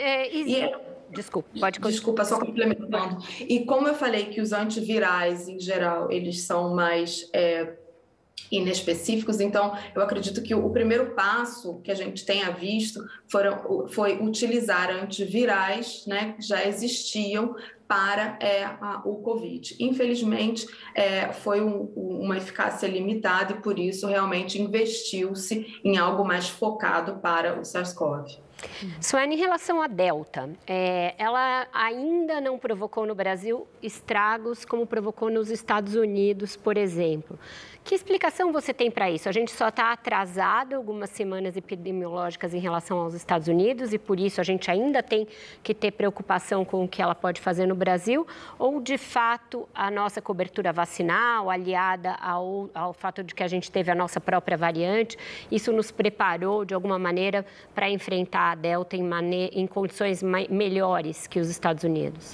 Desculpa, só complementando. E como eu falei que os antivirais, em geral, eles são mais inespecíficos, então eu acredito que o primeiro passo que a gente tenha visto foi utilizar antivirais, né, que já existiam para o Covid. Infelizmente, foi uma eficácia limitada e, por isso, realmente investiu-se em algo mais focado para o SARS-CoV. Suene, em relação à Delta, ela ainda não provocou no Brasil estragos como provocou nos Estados Unidos, por exemplo. Que explicação você tem para isso? A gente só está atrasado algumas semanas epidemiológicas em relação aos Estados Unidos e, por isso, a gente ainda tem que ter preocupação com o que ela pode fazer no Brasil? Ou, de fato, a nossa cobertura vacinal, aliada ao fato de que a gente teve a nossa própria variante, isso nos preparou, de alguma maneira, para enfrentar a Delta em condições melhores que os Estados Unidos?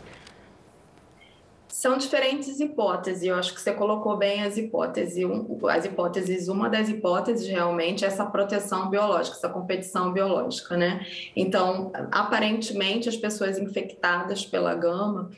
São diferentes hipóteses, eu acho que você colocou bem as hipóteses. Uma das hipóteses realmente é essa proteção biológica, essa competição biológica, né? Então, aparentemente, as pessoas infectadas pela gama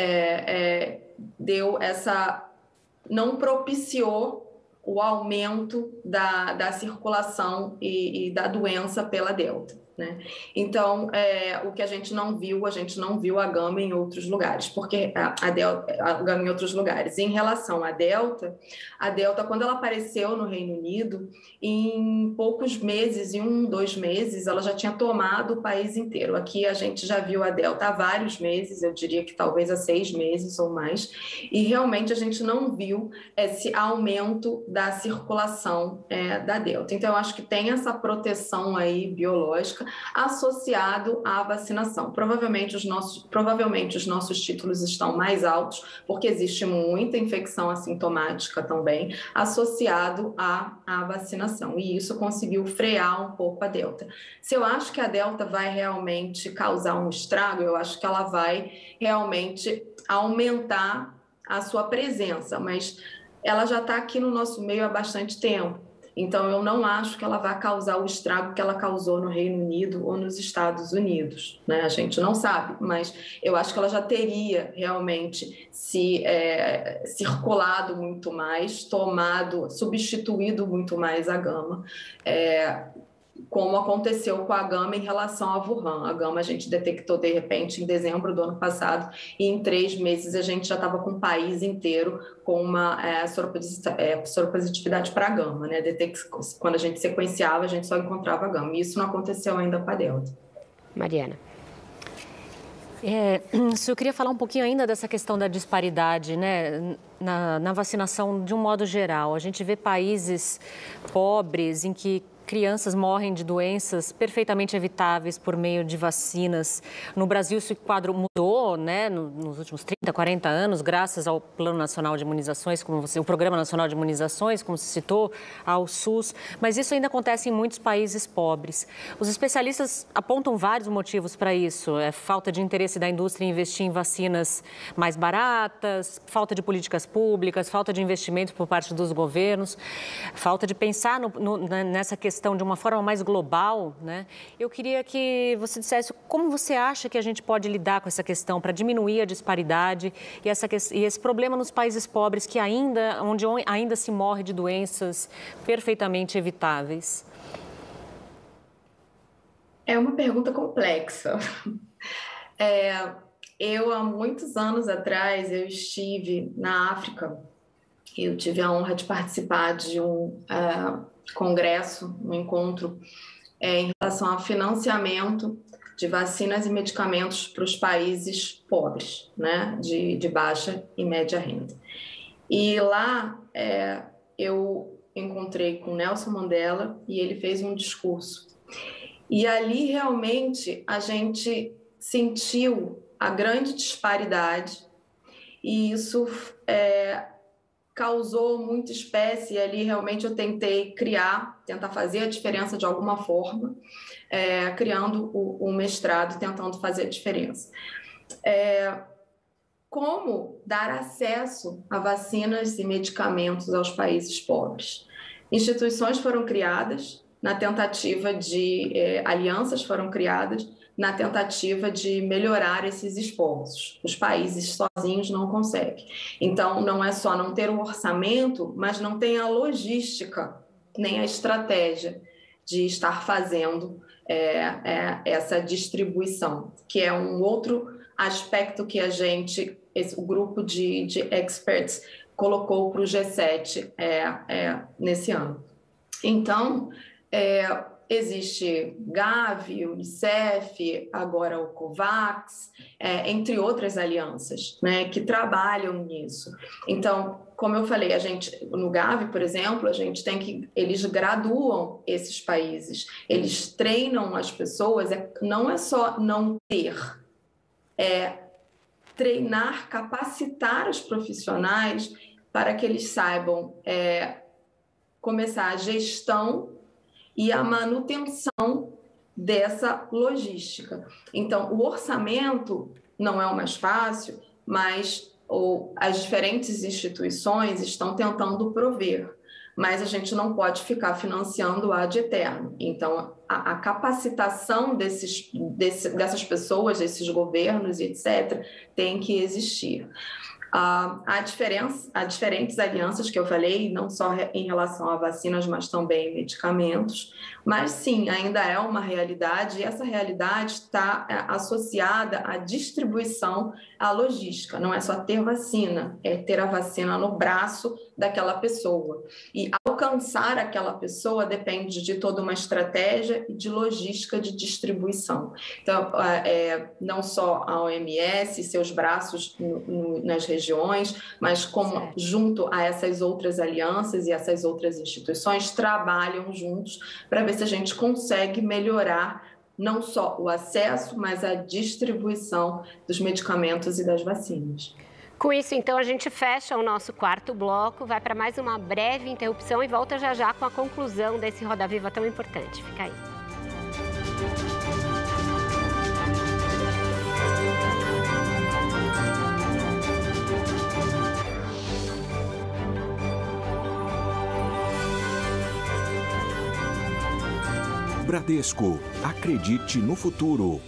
não propiciou o aumento da circulação e da doença pela Delta, né? Então, o que a gente não viu a gama em outros lugares, porque a gama em outros lugares. Em relação à Delta, quando ela apareceu no Reino Unido, em poucos meses, em 2 meses, ela já tinha tomado o país inteiro. Aqui a gente já viu a Delta há vários meses, eu diria que talvez há 6 meses ou mais, e realmente a gente não viu esse aumento da circulação da Delta. Então, eu acho que tem essa proteção aí biológica associado à vacinação. Provavelmente os nossos títulos estão mais altos, porque existe muita infecção assintomática também associado à vacinação, e isso conseguiu frear um pouco a Delta. Se eu acho que a Delta vai realmente causar um estrago, eu acho que ela vai realmente aumentar a sua presença, mas ela já está aqui no nosso meio há bastante tempo. Então, eu não acho que ela vai causar o estrago que ela causou no Reino Unido ou nos Estados Unidos, né? A gente não sabe, mas eu acho que ela já teria realmente circulado muito mais, substituído muito mais a gama, como aconteceu com a gama em relação à Wuhan. A gama a gente detectou, de repente, em dezembro do ano passado, e em 3 meses a gente já estava com o país inteiro com uma soropositividade para a gama, né? Quando a gente sequenciava, a gente só encontrava a gama. E isso não aconteceu ainda com a Delta. Mariana. Eu queria falar um pouquinho ainda dessa questão da disparidade, né, na vacinação de um modo geral. A gente vê países pobres em que crianças morrem de doenças perfeitamente evitáveis por meio de vacinas. No Brasil, esse quadro mudou, né, nos últimos 30, 40 anos, graças ao Plano Nacional de Imunizações, o Programa Nacional de Imunizações, como se citou, ao SUS. Mas isso ainda acontece em muitos países pobres. Os especialistas apontam vários motivos para isso. Falta de interesse da indústria em investir em vacinas mais baratas, falta de políticas públicas, falta de investimentos por parte dos governos, falta de pensar nessa questão de uma forma mais global, né? Eu queria que você dissesse como você acha que a gente pode lidar com essa questão para diminuir a disparidade e esse problema nos países pobres onde ainda se morre de doenças perfeitamente evitáveis. É uma pergunta complexa. Eu, há muitos anos atrás, eu estive na África. Eu tive a honra de participar de um congresso, um encontro em relação ao financiamento de vacinas e medicamentos para os países pobres, né, de baixa e média renda. E lá eu encontrei com Nelson Mandela e ele fez um discurso. E ali realmente a gente sentiu a grande disparidade e isso causou muita espécie. E ali realmente eu tentei tentar fazer a diferença de alguma forma, criando o mestrado, tentando fazer a diferença. Como dar acesso a vacinas e medicamentos aos países pobres? Instituições foram criadas na tentativa de alianças foram criadas na tentativa de melhorar esses esforços. Os países sozinhos não conseguem. Então, não é só não ter o orçamento, mas não tem a logística, nem a estratégia de estar fazendo essa distribuição, que é um outro aspecto que o grupo de experts colocou para o G7 nesse ano. Então, existe Gavi, Unicef, agora o COVAX, entre outras alianças, né, que trabalham nisso. Então, como eu falei, no Gavi, por exemplo, eles graduam esses países, eles treinam as pessoas, não é só não ter, treinar, capacitar os profissionais para que eles saibam começar a gestão e a manutenção dessa logística. Então, o orçamento não é o mais fácil, mas as diferentes instituições estão tentando prover, mas a gente não pode ficar financiando ad eterno. Então, a capacitação dessas pessoas, desses governos, etc., tem que existir. Há diferentes alianças que eu falei, não só em relação a vacinas, mas também medicamentos, mas sim, ainda é uma realidade, e essa realidade está associada à distribuição, à logística. Não é só ter vacina, é ter a vacina no braço daquela pessoa. E alcançar aquela pessoa depende de toda uma estratégia e de logística de distribuição. Então, não só a OMS e seus braços nas regiões, mas como junto a essas outras alianças e essas outras instituições trabalham juntos para ver se a gente consegue melhorar não só o acesso, mas a distribuição dos medicamentos e das vacinas. Com isso, então, a gente fecha o nosso quarto bloco, vai para mais uma breve interrupção e volta já já com a conclusão desse Roda Viva tão importante. Fica aí. Bradesco, acredite no futuro.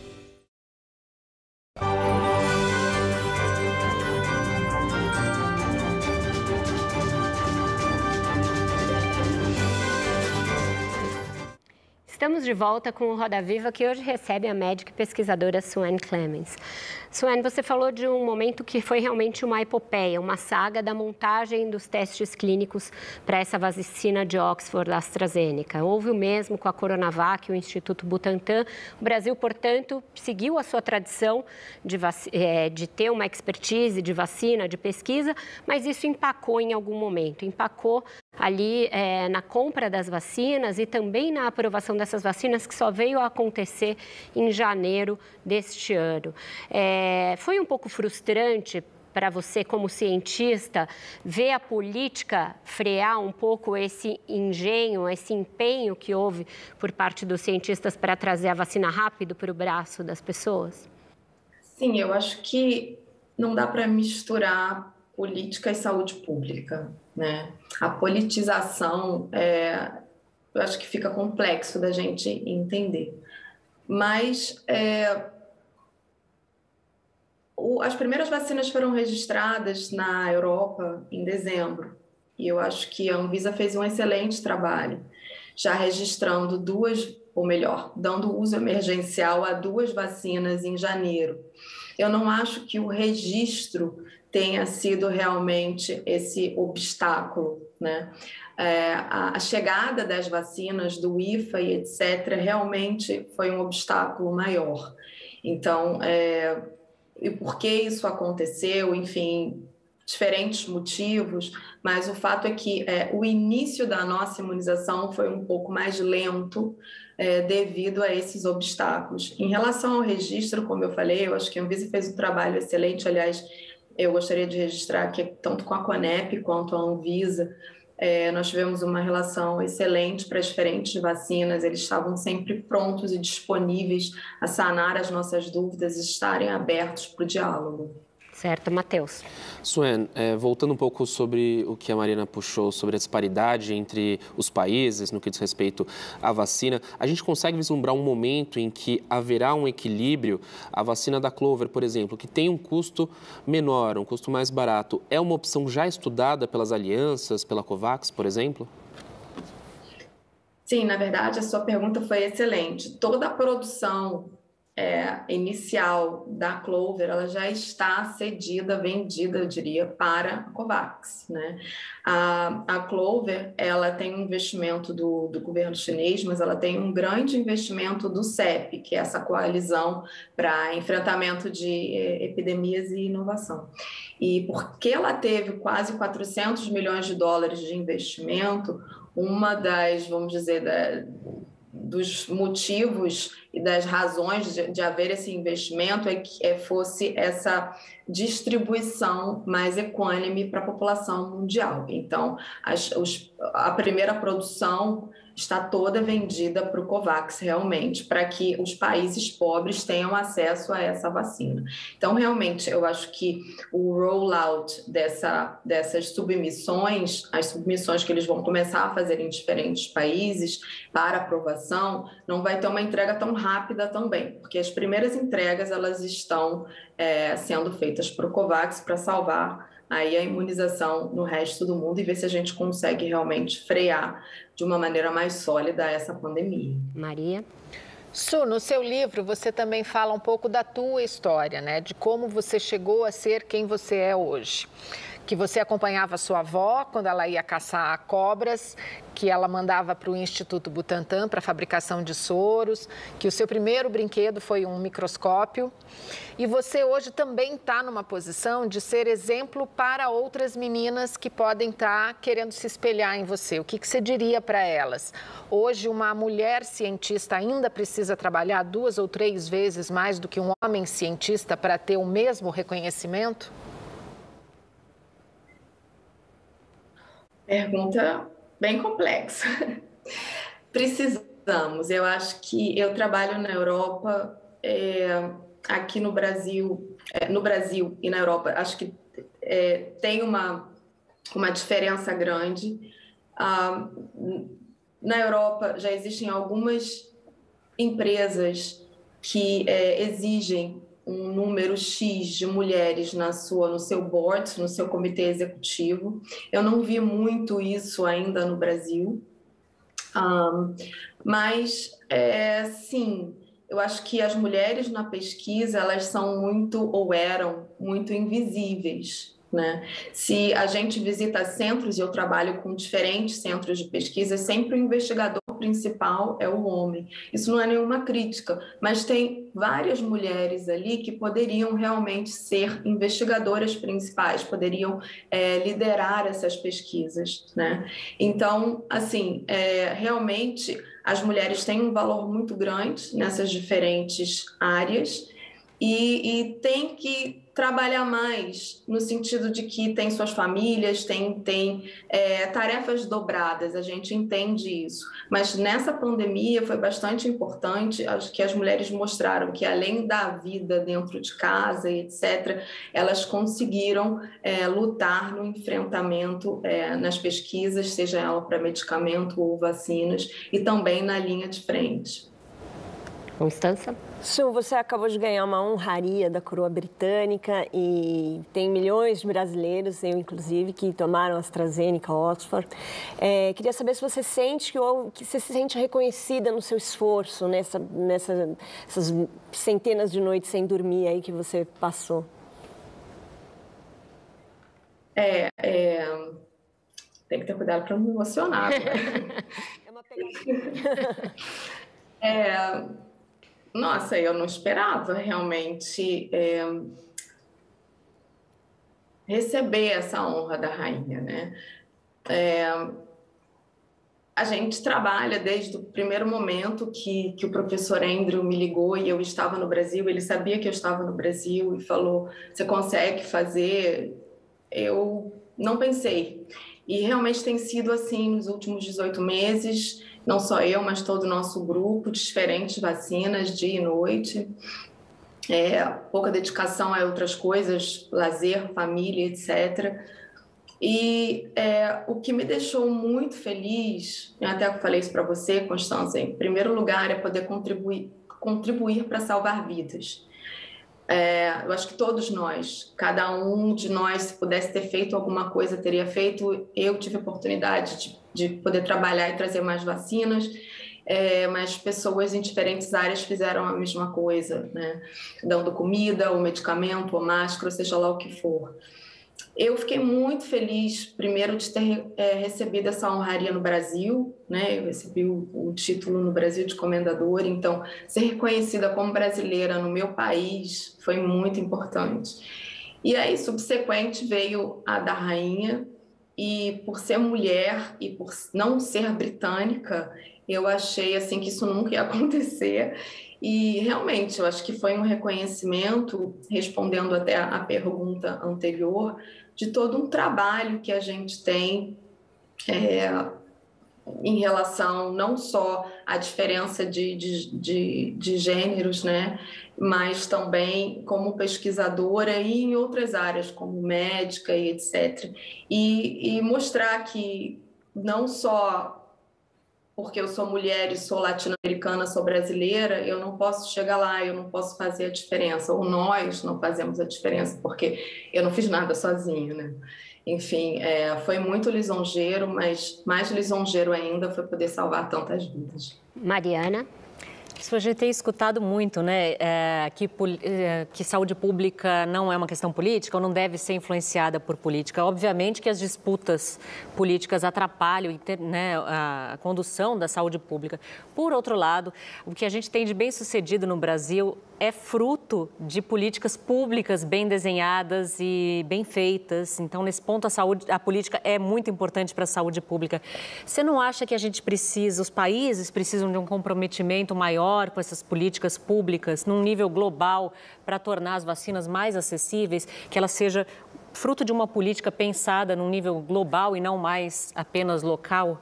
Estamos de volta com o Roda Viva, que hoje recebe a médica e pesquisadora Suane Clemens. Suane, você falou de um momento que foi realmente uma epopeia, uma saga da montagem dos testes clínicos para essa vacina de Oxford AstraZeneca. Houve o mesmo com a Coronavac, o Instituto Butantan. O Brasil, portanto, seguiu a sua tradição de ter uma expertise de vacina, de pesquisa, mas isso empacou em algum momento, empacou ali na compra das vacinas e também na aprovação dessas vacinas, que só veio a acontecer em janeiro deste ano. Foi um pouco frustrante para você, como cientista, ver a política frear um pouco esse engenho, esse empenho que houve por parte dos cientistas para trazer a vacina rápido para o braço das pessoas? Sim, eu acho que não dá para misturar política e saúde pública, né? A politização, eu acho que fica complexo da gente entender. Mas as primeiras vacinas foram registradas na Europa em dezembro. E eu acho que a Anvisa fez um excelente trabalho, já registrando dando uso emergencial a 2 vacinas em janeiro. Eu não acho que o registro tenha sido realmente esse obstáculo, né? a chegada das vacinas do IFA e etc. realmente foi um obstáculo maior. Então, e por que isso aconteceu? Enfim, diferentes motivos, mas o fato é que o início da nossa imunização foi um pouco mais lento devido a esses obstáculos. Em relação ao registro, como eu falei, eu acho que a Anvisa fez um trabalho excelente. Aliás, eu gostaria de registrar que tanto com a Conep quanto a Anvisa, nós tivemos uma relação excelente para as diferentes vacinas. Eles estavam sempre prontos e disponíveis a sanar as nossas dúvidas e estarem abertos para o diálogo. Certo, Matheus. Suene, voltando um pouco sobre o que a Mariana puxou, sobre a disparidade entre os países no que diz respeito à vacina, a gente consegue vislumbrar um momento em que haverá um equilíbrio? A vacina da Clover, por exemplo, que tem um custo menor, um custo mais barato, é uma opção já estudada pelas alianças, pela COVAX, por exemplo? Sim, na verdade, a sua pergunta foi excelente. Toda a produção inicial da Clover, ela já está cedida, vendida, eu diria, para a COVAX, né? A Clover, ela tem um investimento do governo chinês, mas ela tem um grande investimento do CEP, que é essa coalizão para enfrentamento de epidemias e inovação. E porque ela teve quase 400 milhões de dólares de investimento, uma das, vamos dizer, dos motivos e das razões de haver esse investimento é que fosse essa distribuição mais equânime para a população mundial. Então, a primeira produção está toda vendida para o COVAX, realmente, para que os países pobres tenham acesso a essa vacina. Então, realmente, eu acho que o rollout dessas submissões, as submissões que eles vão começar a fazer em diferentes países para aprovação, não vai ter uma entrega tão rápida também, porque as primeiras entregas, elas estão sendo feitas para o COVAX para salvar aí a imunização no resto do mundo e ver se a gente consegue realmente frear de uma maneira mais sólida essa pandemia. Maria? Su, no seu livro você também fala um pouco da tua história, né? De como você chegou a ser quem você é hoje. Que você acompanhava a sua avó quando ela ia caçar cobras, que ela mandava para o Instituto Butantan para a fabricação de soros, que o seu primeiro brinquedo foi um microscópio. E você hoje também está numa posição de ser exemplo para outras meninas que podem estar querendo se espelhar em você. O que você diria para elas? Hoje, uma mulher cientista ainda precisa trabalhar 2 ou 3 vezes mais do que um homem cientista para ter o mesmo reconhecimento? Pergunta bem complexa. Precisamos. Eu acho que eu trabalho na Europa, aqui no Brasil e na Europa, acho que tem uma diferença grande. Na Europa já existem algumas empresas que exigem um número X de mulheres no seu board, no seu comitê executivo. Eu não vi muito isso ainda no Brasil, mas sim, eu acho que as mulheres na pesquisa, elas são muito, ou eram, muito invisíveis, né? Se a gente visita centros, e eu trabalho com diferentes centros de pesquisa, sempre o investigador principal é o homem. Isso não é nenhuma crítica, mas tem várias mulheres ali que poderiam realmente ser investigadoras principais, poderiam liderar essas pesquisas, né? Então, assim, realmente as mulheres têm um valor muito grande nessas diferentes áreas e tem que trabalhar mais no sentido de que tem suas famílias, tem tarefas dobradas, a gente entende isso. Mas nessa pandemia foi bastante importante, acho que as mulheres mostraram que além da vida dentro de casa e etc., elas conseguiram lutar no enfrentamento nas pesquisas, seja ela para medicamento ou vacinas, e também na linha de frente. Constança? Su, você acabou de ganhar uma honraria da coroa britânica e tem milhões de brasileiros, eu inclusive, que tomaram AstraZeneca, Oxford. Queria saber se você sente que você se sente reconhecida no seu esforço, nessas centenas de noites sem dormir aí que você passou. Tem que ter cuidado para não me emocionar. É uma pegadinha. Nossa, eu não esperava realmente receber essa honra da rainha, né? A gente trabalha desde o primeiro momento que o professor Andrew me ligou e eu estava no Brasil, ele sabia que eu estava no Brasil e falou, você consegue fazer? Eu não pensei. E realmente tem sido assim nos últimos 18 meses, não só eu, mas todo o nosso grupo, diferentes vacinas, dia e noite. Pouca dedicação a outras coisas, lazer, família, etc. E o que me deixou muito feliz, eu até falei isso para você, Constância, em primeiro lugar é poder contribuir para salvar vidas. Eu acho que todos nós, cada um de nós, se pudesse ter feito alguma coisa, teria feito. Eu tive a oportunidade de poder trabalhar e trazer mais vacinas, mas pessoas em diferentes áreas fizeram a mesma coisa, né? Dando comida, ou medicamento, ou máscara, seja lá o que for. Eu fiquei muito feliz, primeiro, de ter recebido essa honraria no Brasil, né? Eu recebi o título no Brasil de comendadora, então ser reconhecida como brasileira no meu país foi muito importante. E aí, subsequente, veio a da rainha, e por ser mulher e por não ser britânica, eu achei assim que isso nunca ia acontecer. E realmente, eu acho que foi um reconhecimento, respondendo até a pergunta anterior, de todo um trabalho que a gente tem em relação não só à diferença de gêneros, né, mas também como pesquisadora e em outras áreas, como médica e etc. E mostrar que não só porque eu sou mulher e sou latino-americana, sou brasileira, eu não posso chegar lá, eu não posso fazer a diferença, ou nós não fazemos a diferença, porque eu não fiz nada sozinha, né? Enfim, foi muito lisonjeiro, mas mais lisonjeiro ainda foi poder salvar tantas vidas. Mariana? Isso a gente tem escutado muito, né? Que saúde pública não é uma questão política ou não deve ser influenciada por política. Obviamente que as disputas políticas atrapalham, né, a condução da saúde pública. Por outro lado, o que a gente tem de bem-sucedido no Brasil é fruto de políticas públicas bem desenhadas e bem feitas. Então, nesse ponto, a política é muito importante para a saúde pública. Você não acha que a gente precisa, os países precisam de um comprometimento maior com essas políticas públicas, num nível global, para tornar as vacinas mais acessíveis, que ela seja fruto de uma política pensada num nível global e não mais apenas local?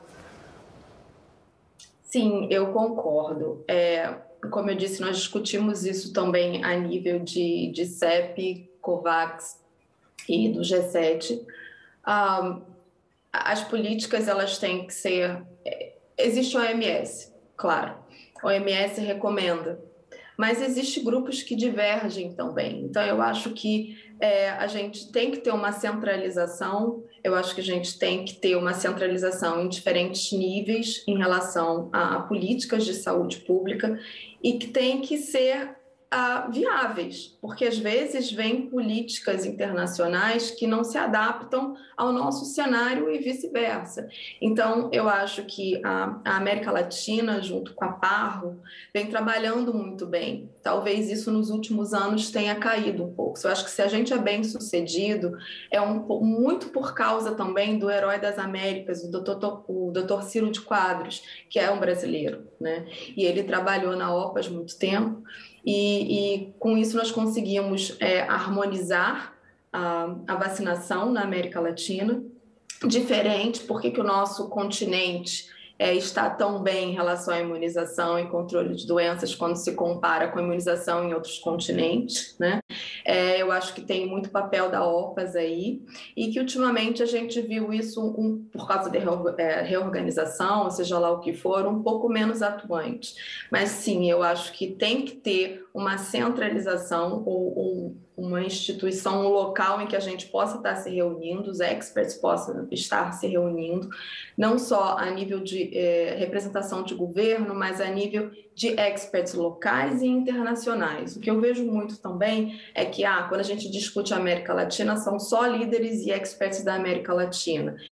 Sim, eu concordo. Como eu disse, nós discutimos isso também a nível de CEP, COVAX e do G7. As políticas, elas têm que ser... Existe a OMS, claro. A OMS recomenda, mas existem grupos que divergem também. Então, eu acho que a gente tem que ter uma centralização, eu acho que a gente tem que ter uma centralização em diferentes níveis em relação a políticas de saúde pública e que tem que ser viáveis, porque às vezes vêm políticas internacionais que não se adaptam ao nosso cenário e vice-versa. Então, eu acho que a América Latina, junto com a PAHO, vem trabalhando muito bem. Talvez isso nos últimos anos tenha caído um pouco. Eu acho que se a gente é bem sucedido, muito por causa também do herói das Américas, o Dr. Ciro de Quadros, que é um brasileiro, né? E ele trabalhou na OPAS muito tempo. E com isso nós conseguimos harmonizar a vacinação na América Latina, diferente, porque que o nosso continente está tão bem em relação à imunização e controle de doenças quando se compara com a imunização em outros continentes, né? Eu acho que tem muito papel da OPAS aí e que ultimamente a gente viu isso, por causa da reorganização, ou seja lá o que for, um pouco menos atuante. Mas sim, eu acho que tem que ter uma centralização ou uma instituição, um local em que a gente possa estar se reunindo, os experts possam estar se reunindo, não só a nível de representação de governo, mas a nível de experts locais e internacionais. O que eu vejo muito também é que, quando a gente discute a América Latina, são só líderes e experts da América Latina.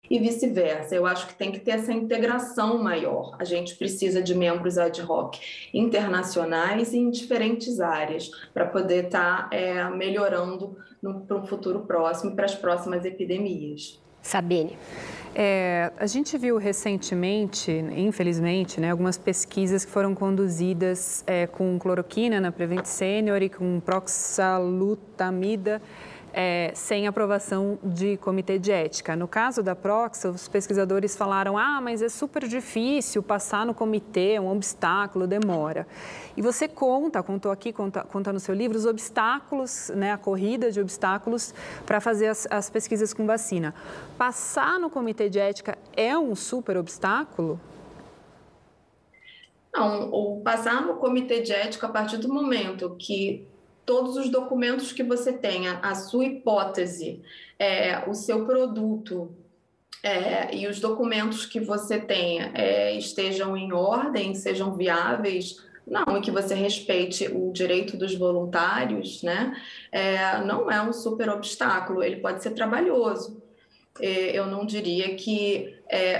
e vice-versa. Eu acho que tem que ter essa integração maior. A gente precisa de membros ad hoc internacionais em diferentes áreas para poder estar melhorando para um futuro próximo e para as próximas epidemias. Sabine. A gente viu recentemente, infelizmente, né, algumas pesquisas que foram conduzidas com cloroquina na Prevent Senior e com proxalutamida sem aprovação de comitê de ética. No caso da Proxa, os pesquisadores falaram, mas é super difícil passar no comitê, é um obstáculo, demora. E você conta no seu livro os obstáculos, né, a corrida de obstáculos para fazer as pesquisas com vacina. Passar no comitê de ética é um super obstáculo? Não, o passar no comitê de ética a partir do momento que todos os documentos que você tenha, a sua hipótese, o seu produto e os documentos que você tenha estejam em ordem, sejam viáveis, não, e que você respeite o direito dos voluntários, né? Não é um super obstáculo, ele pode ser trabalhoso. Eu não diria que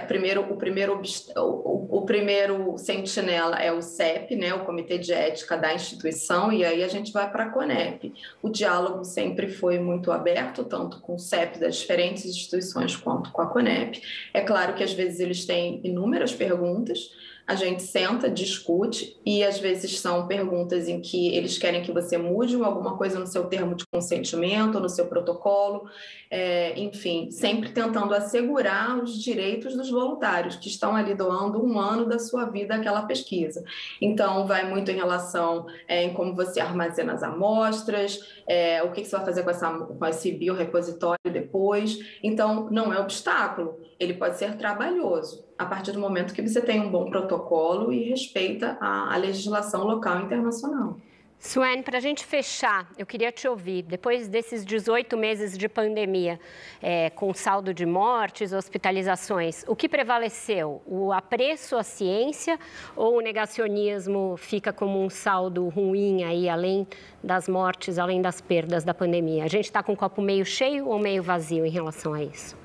o primeiro sentinela é o CEP, né, o Comitê de Ética da instituição, e aí a gente vai para a CONEP. O diálogo sempre foi muito aberto, tanto com o CEP das diferentes instituições quanto com a CONEP. É claro que às vezes eles têm inúmeras perguntas, a gente senta, discute, e às vezes são perguntas em que eles querem que você mude alguma coisa no seu termo de consentimento, no seu protocolo, enfim, sempre tentando assegurar os direitos dos voluntários que estão ali doando 1 ano da sua vida àquela pesquisa. Então, vai muito em relação em como você armazena as amostras, o que você vai fazer com esse biorepositório depois. Então, não é obstáculo, ele pode ser trabalhoso, a partir do momento que você tem um bom protocolo e respeita a legislação local e internacional. Suene, para a gente fechar, eu queria te ouvir, depois desses 18 meses de pandemia, com saldo de mortes, hospitalizações, o que prevaleceu? O apreço à ciência ou o negacionismo fica como um saldo ruim aí, além das mortes, além das perdas da pandemia? A gente está com o copo meio cheio ou meio vazio em relação a isso?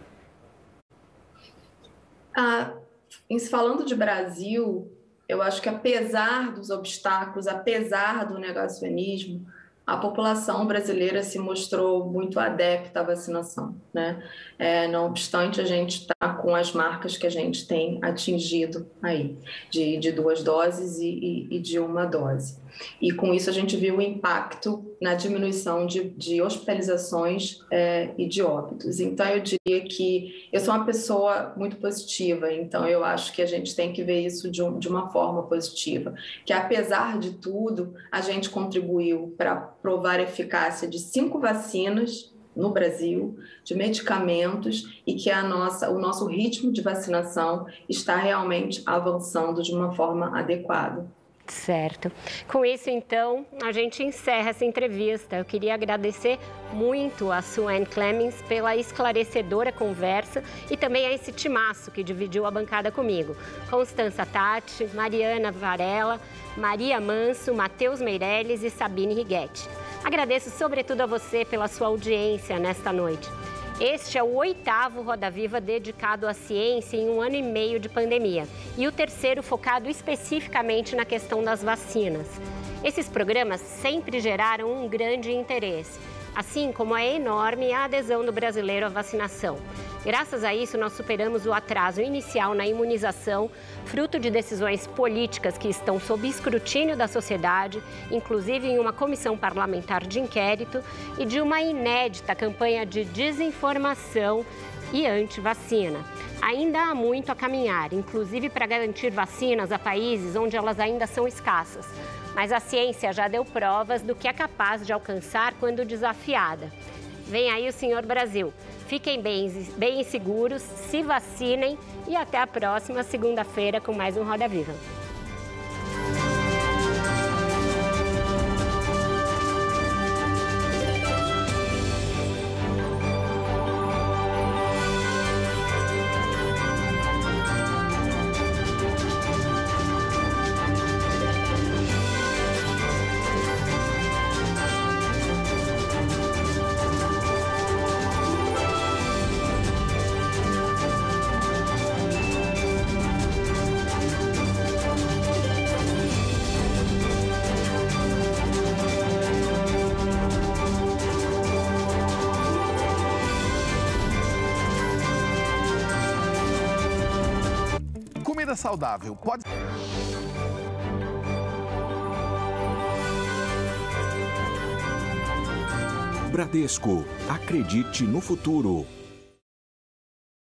Falando de Brasil, eu acho que apesar dos obstáculos, apesar do negacionismo, a população brasileira se mostrou muito adepta à vacinação, né? Não obstante, a gente está com as marcas que a gente tem atingido aí, de 2 doses e de 1 dose. E com isso a gente viu o impacto na diminuição de hospitalizações e de óbitos. Então eu diria que eu sou uma pessoa muito positiva, então eu acho que a gente tem que ver isso de uma forma positiva, que apesar de tudo, a gente contribuiu para provar a eficácia de 5 vacinas no Brasil, de medicamentos, e que o nosso ritmo de vacinação está realmente avançando de uma forma adequada. Certo. Com isso, então, a gente encerra essa entrevista. Eu queria agradecer muito a Suene Clemens pela esclarecedora conversa e também a esse timaço que dividiu a bancada comigo. Constança Tati, Mariana Varela, Maria Manso, Matheus Meirelles e Sabine Righetti. Agradeço sobretudo a você pela sua audiência nesta noite. Este é o 8º Roda Viva dedicado à ciência em 1 ano e meio de pandemia e o 3º focado especificamente na questão das vacinas. Esses programas sempre geraram um grande interesse, assim como é enorme a adesão do brasileiro à vacinação. Graças a isso, nós superamos o atraso inicial na imunização, fruto de decisões políticas que estão sob escrutínio da sociedade, inclusive em uma comissão parlamentar de inquérito, e de uma inédita campanha de desinformação e anti-vacina. Ainda há muito a caminhar, inclusive para garantir vacinas a países onde elas ainda são escassas. Mas a ciência já deu provas do que é capaz de alcançar quando desafiada. Vem aí o Senhor Brasil. Fiquem bem seguros, se vacinem e até a próxima segunda-feira com mais um Roda Viva. saudável. Pode... Bradesco, acredite no futuro.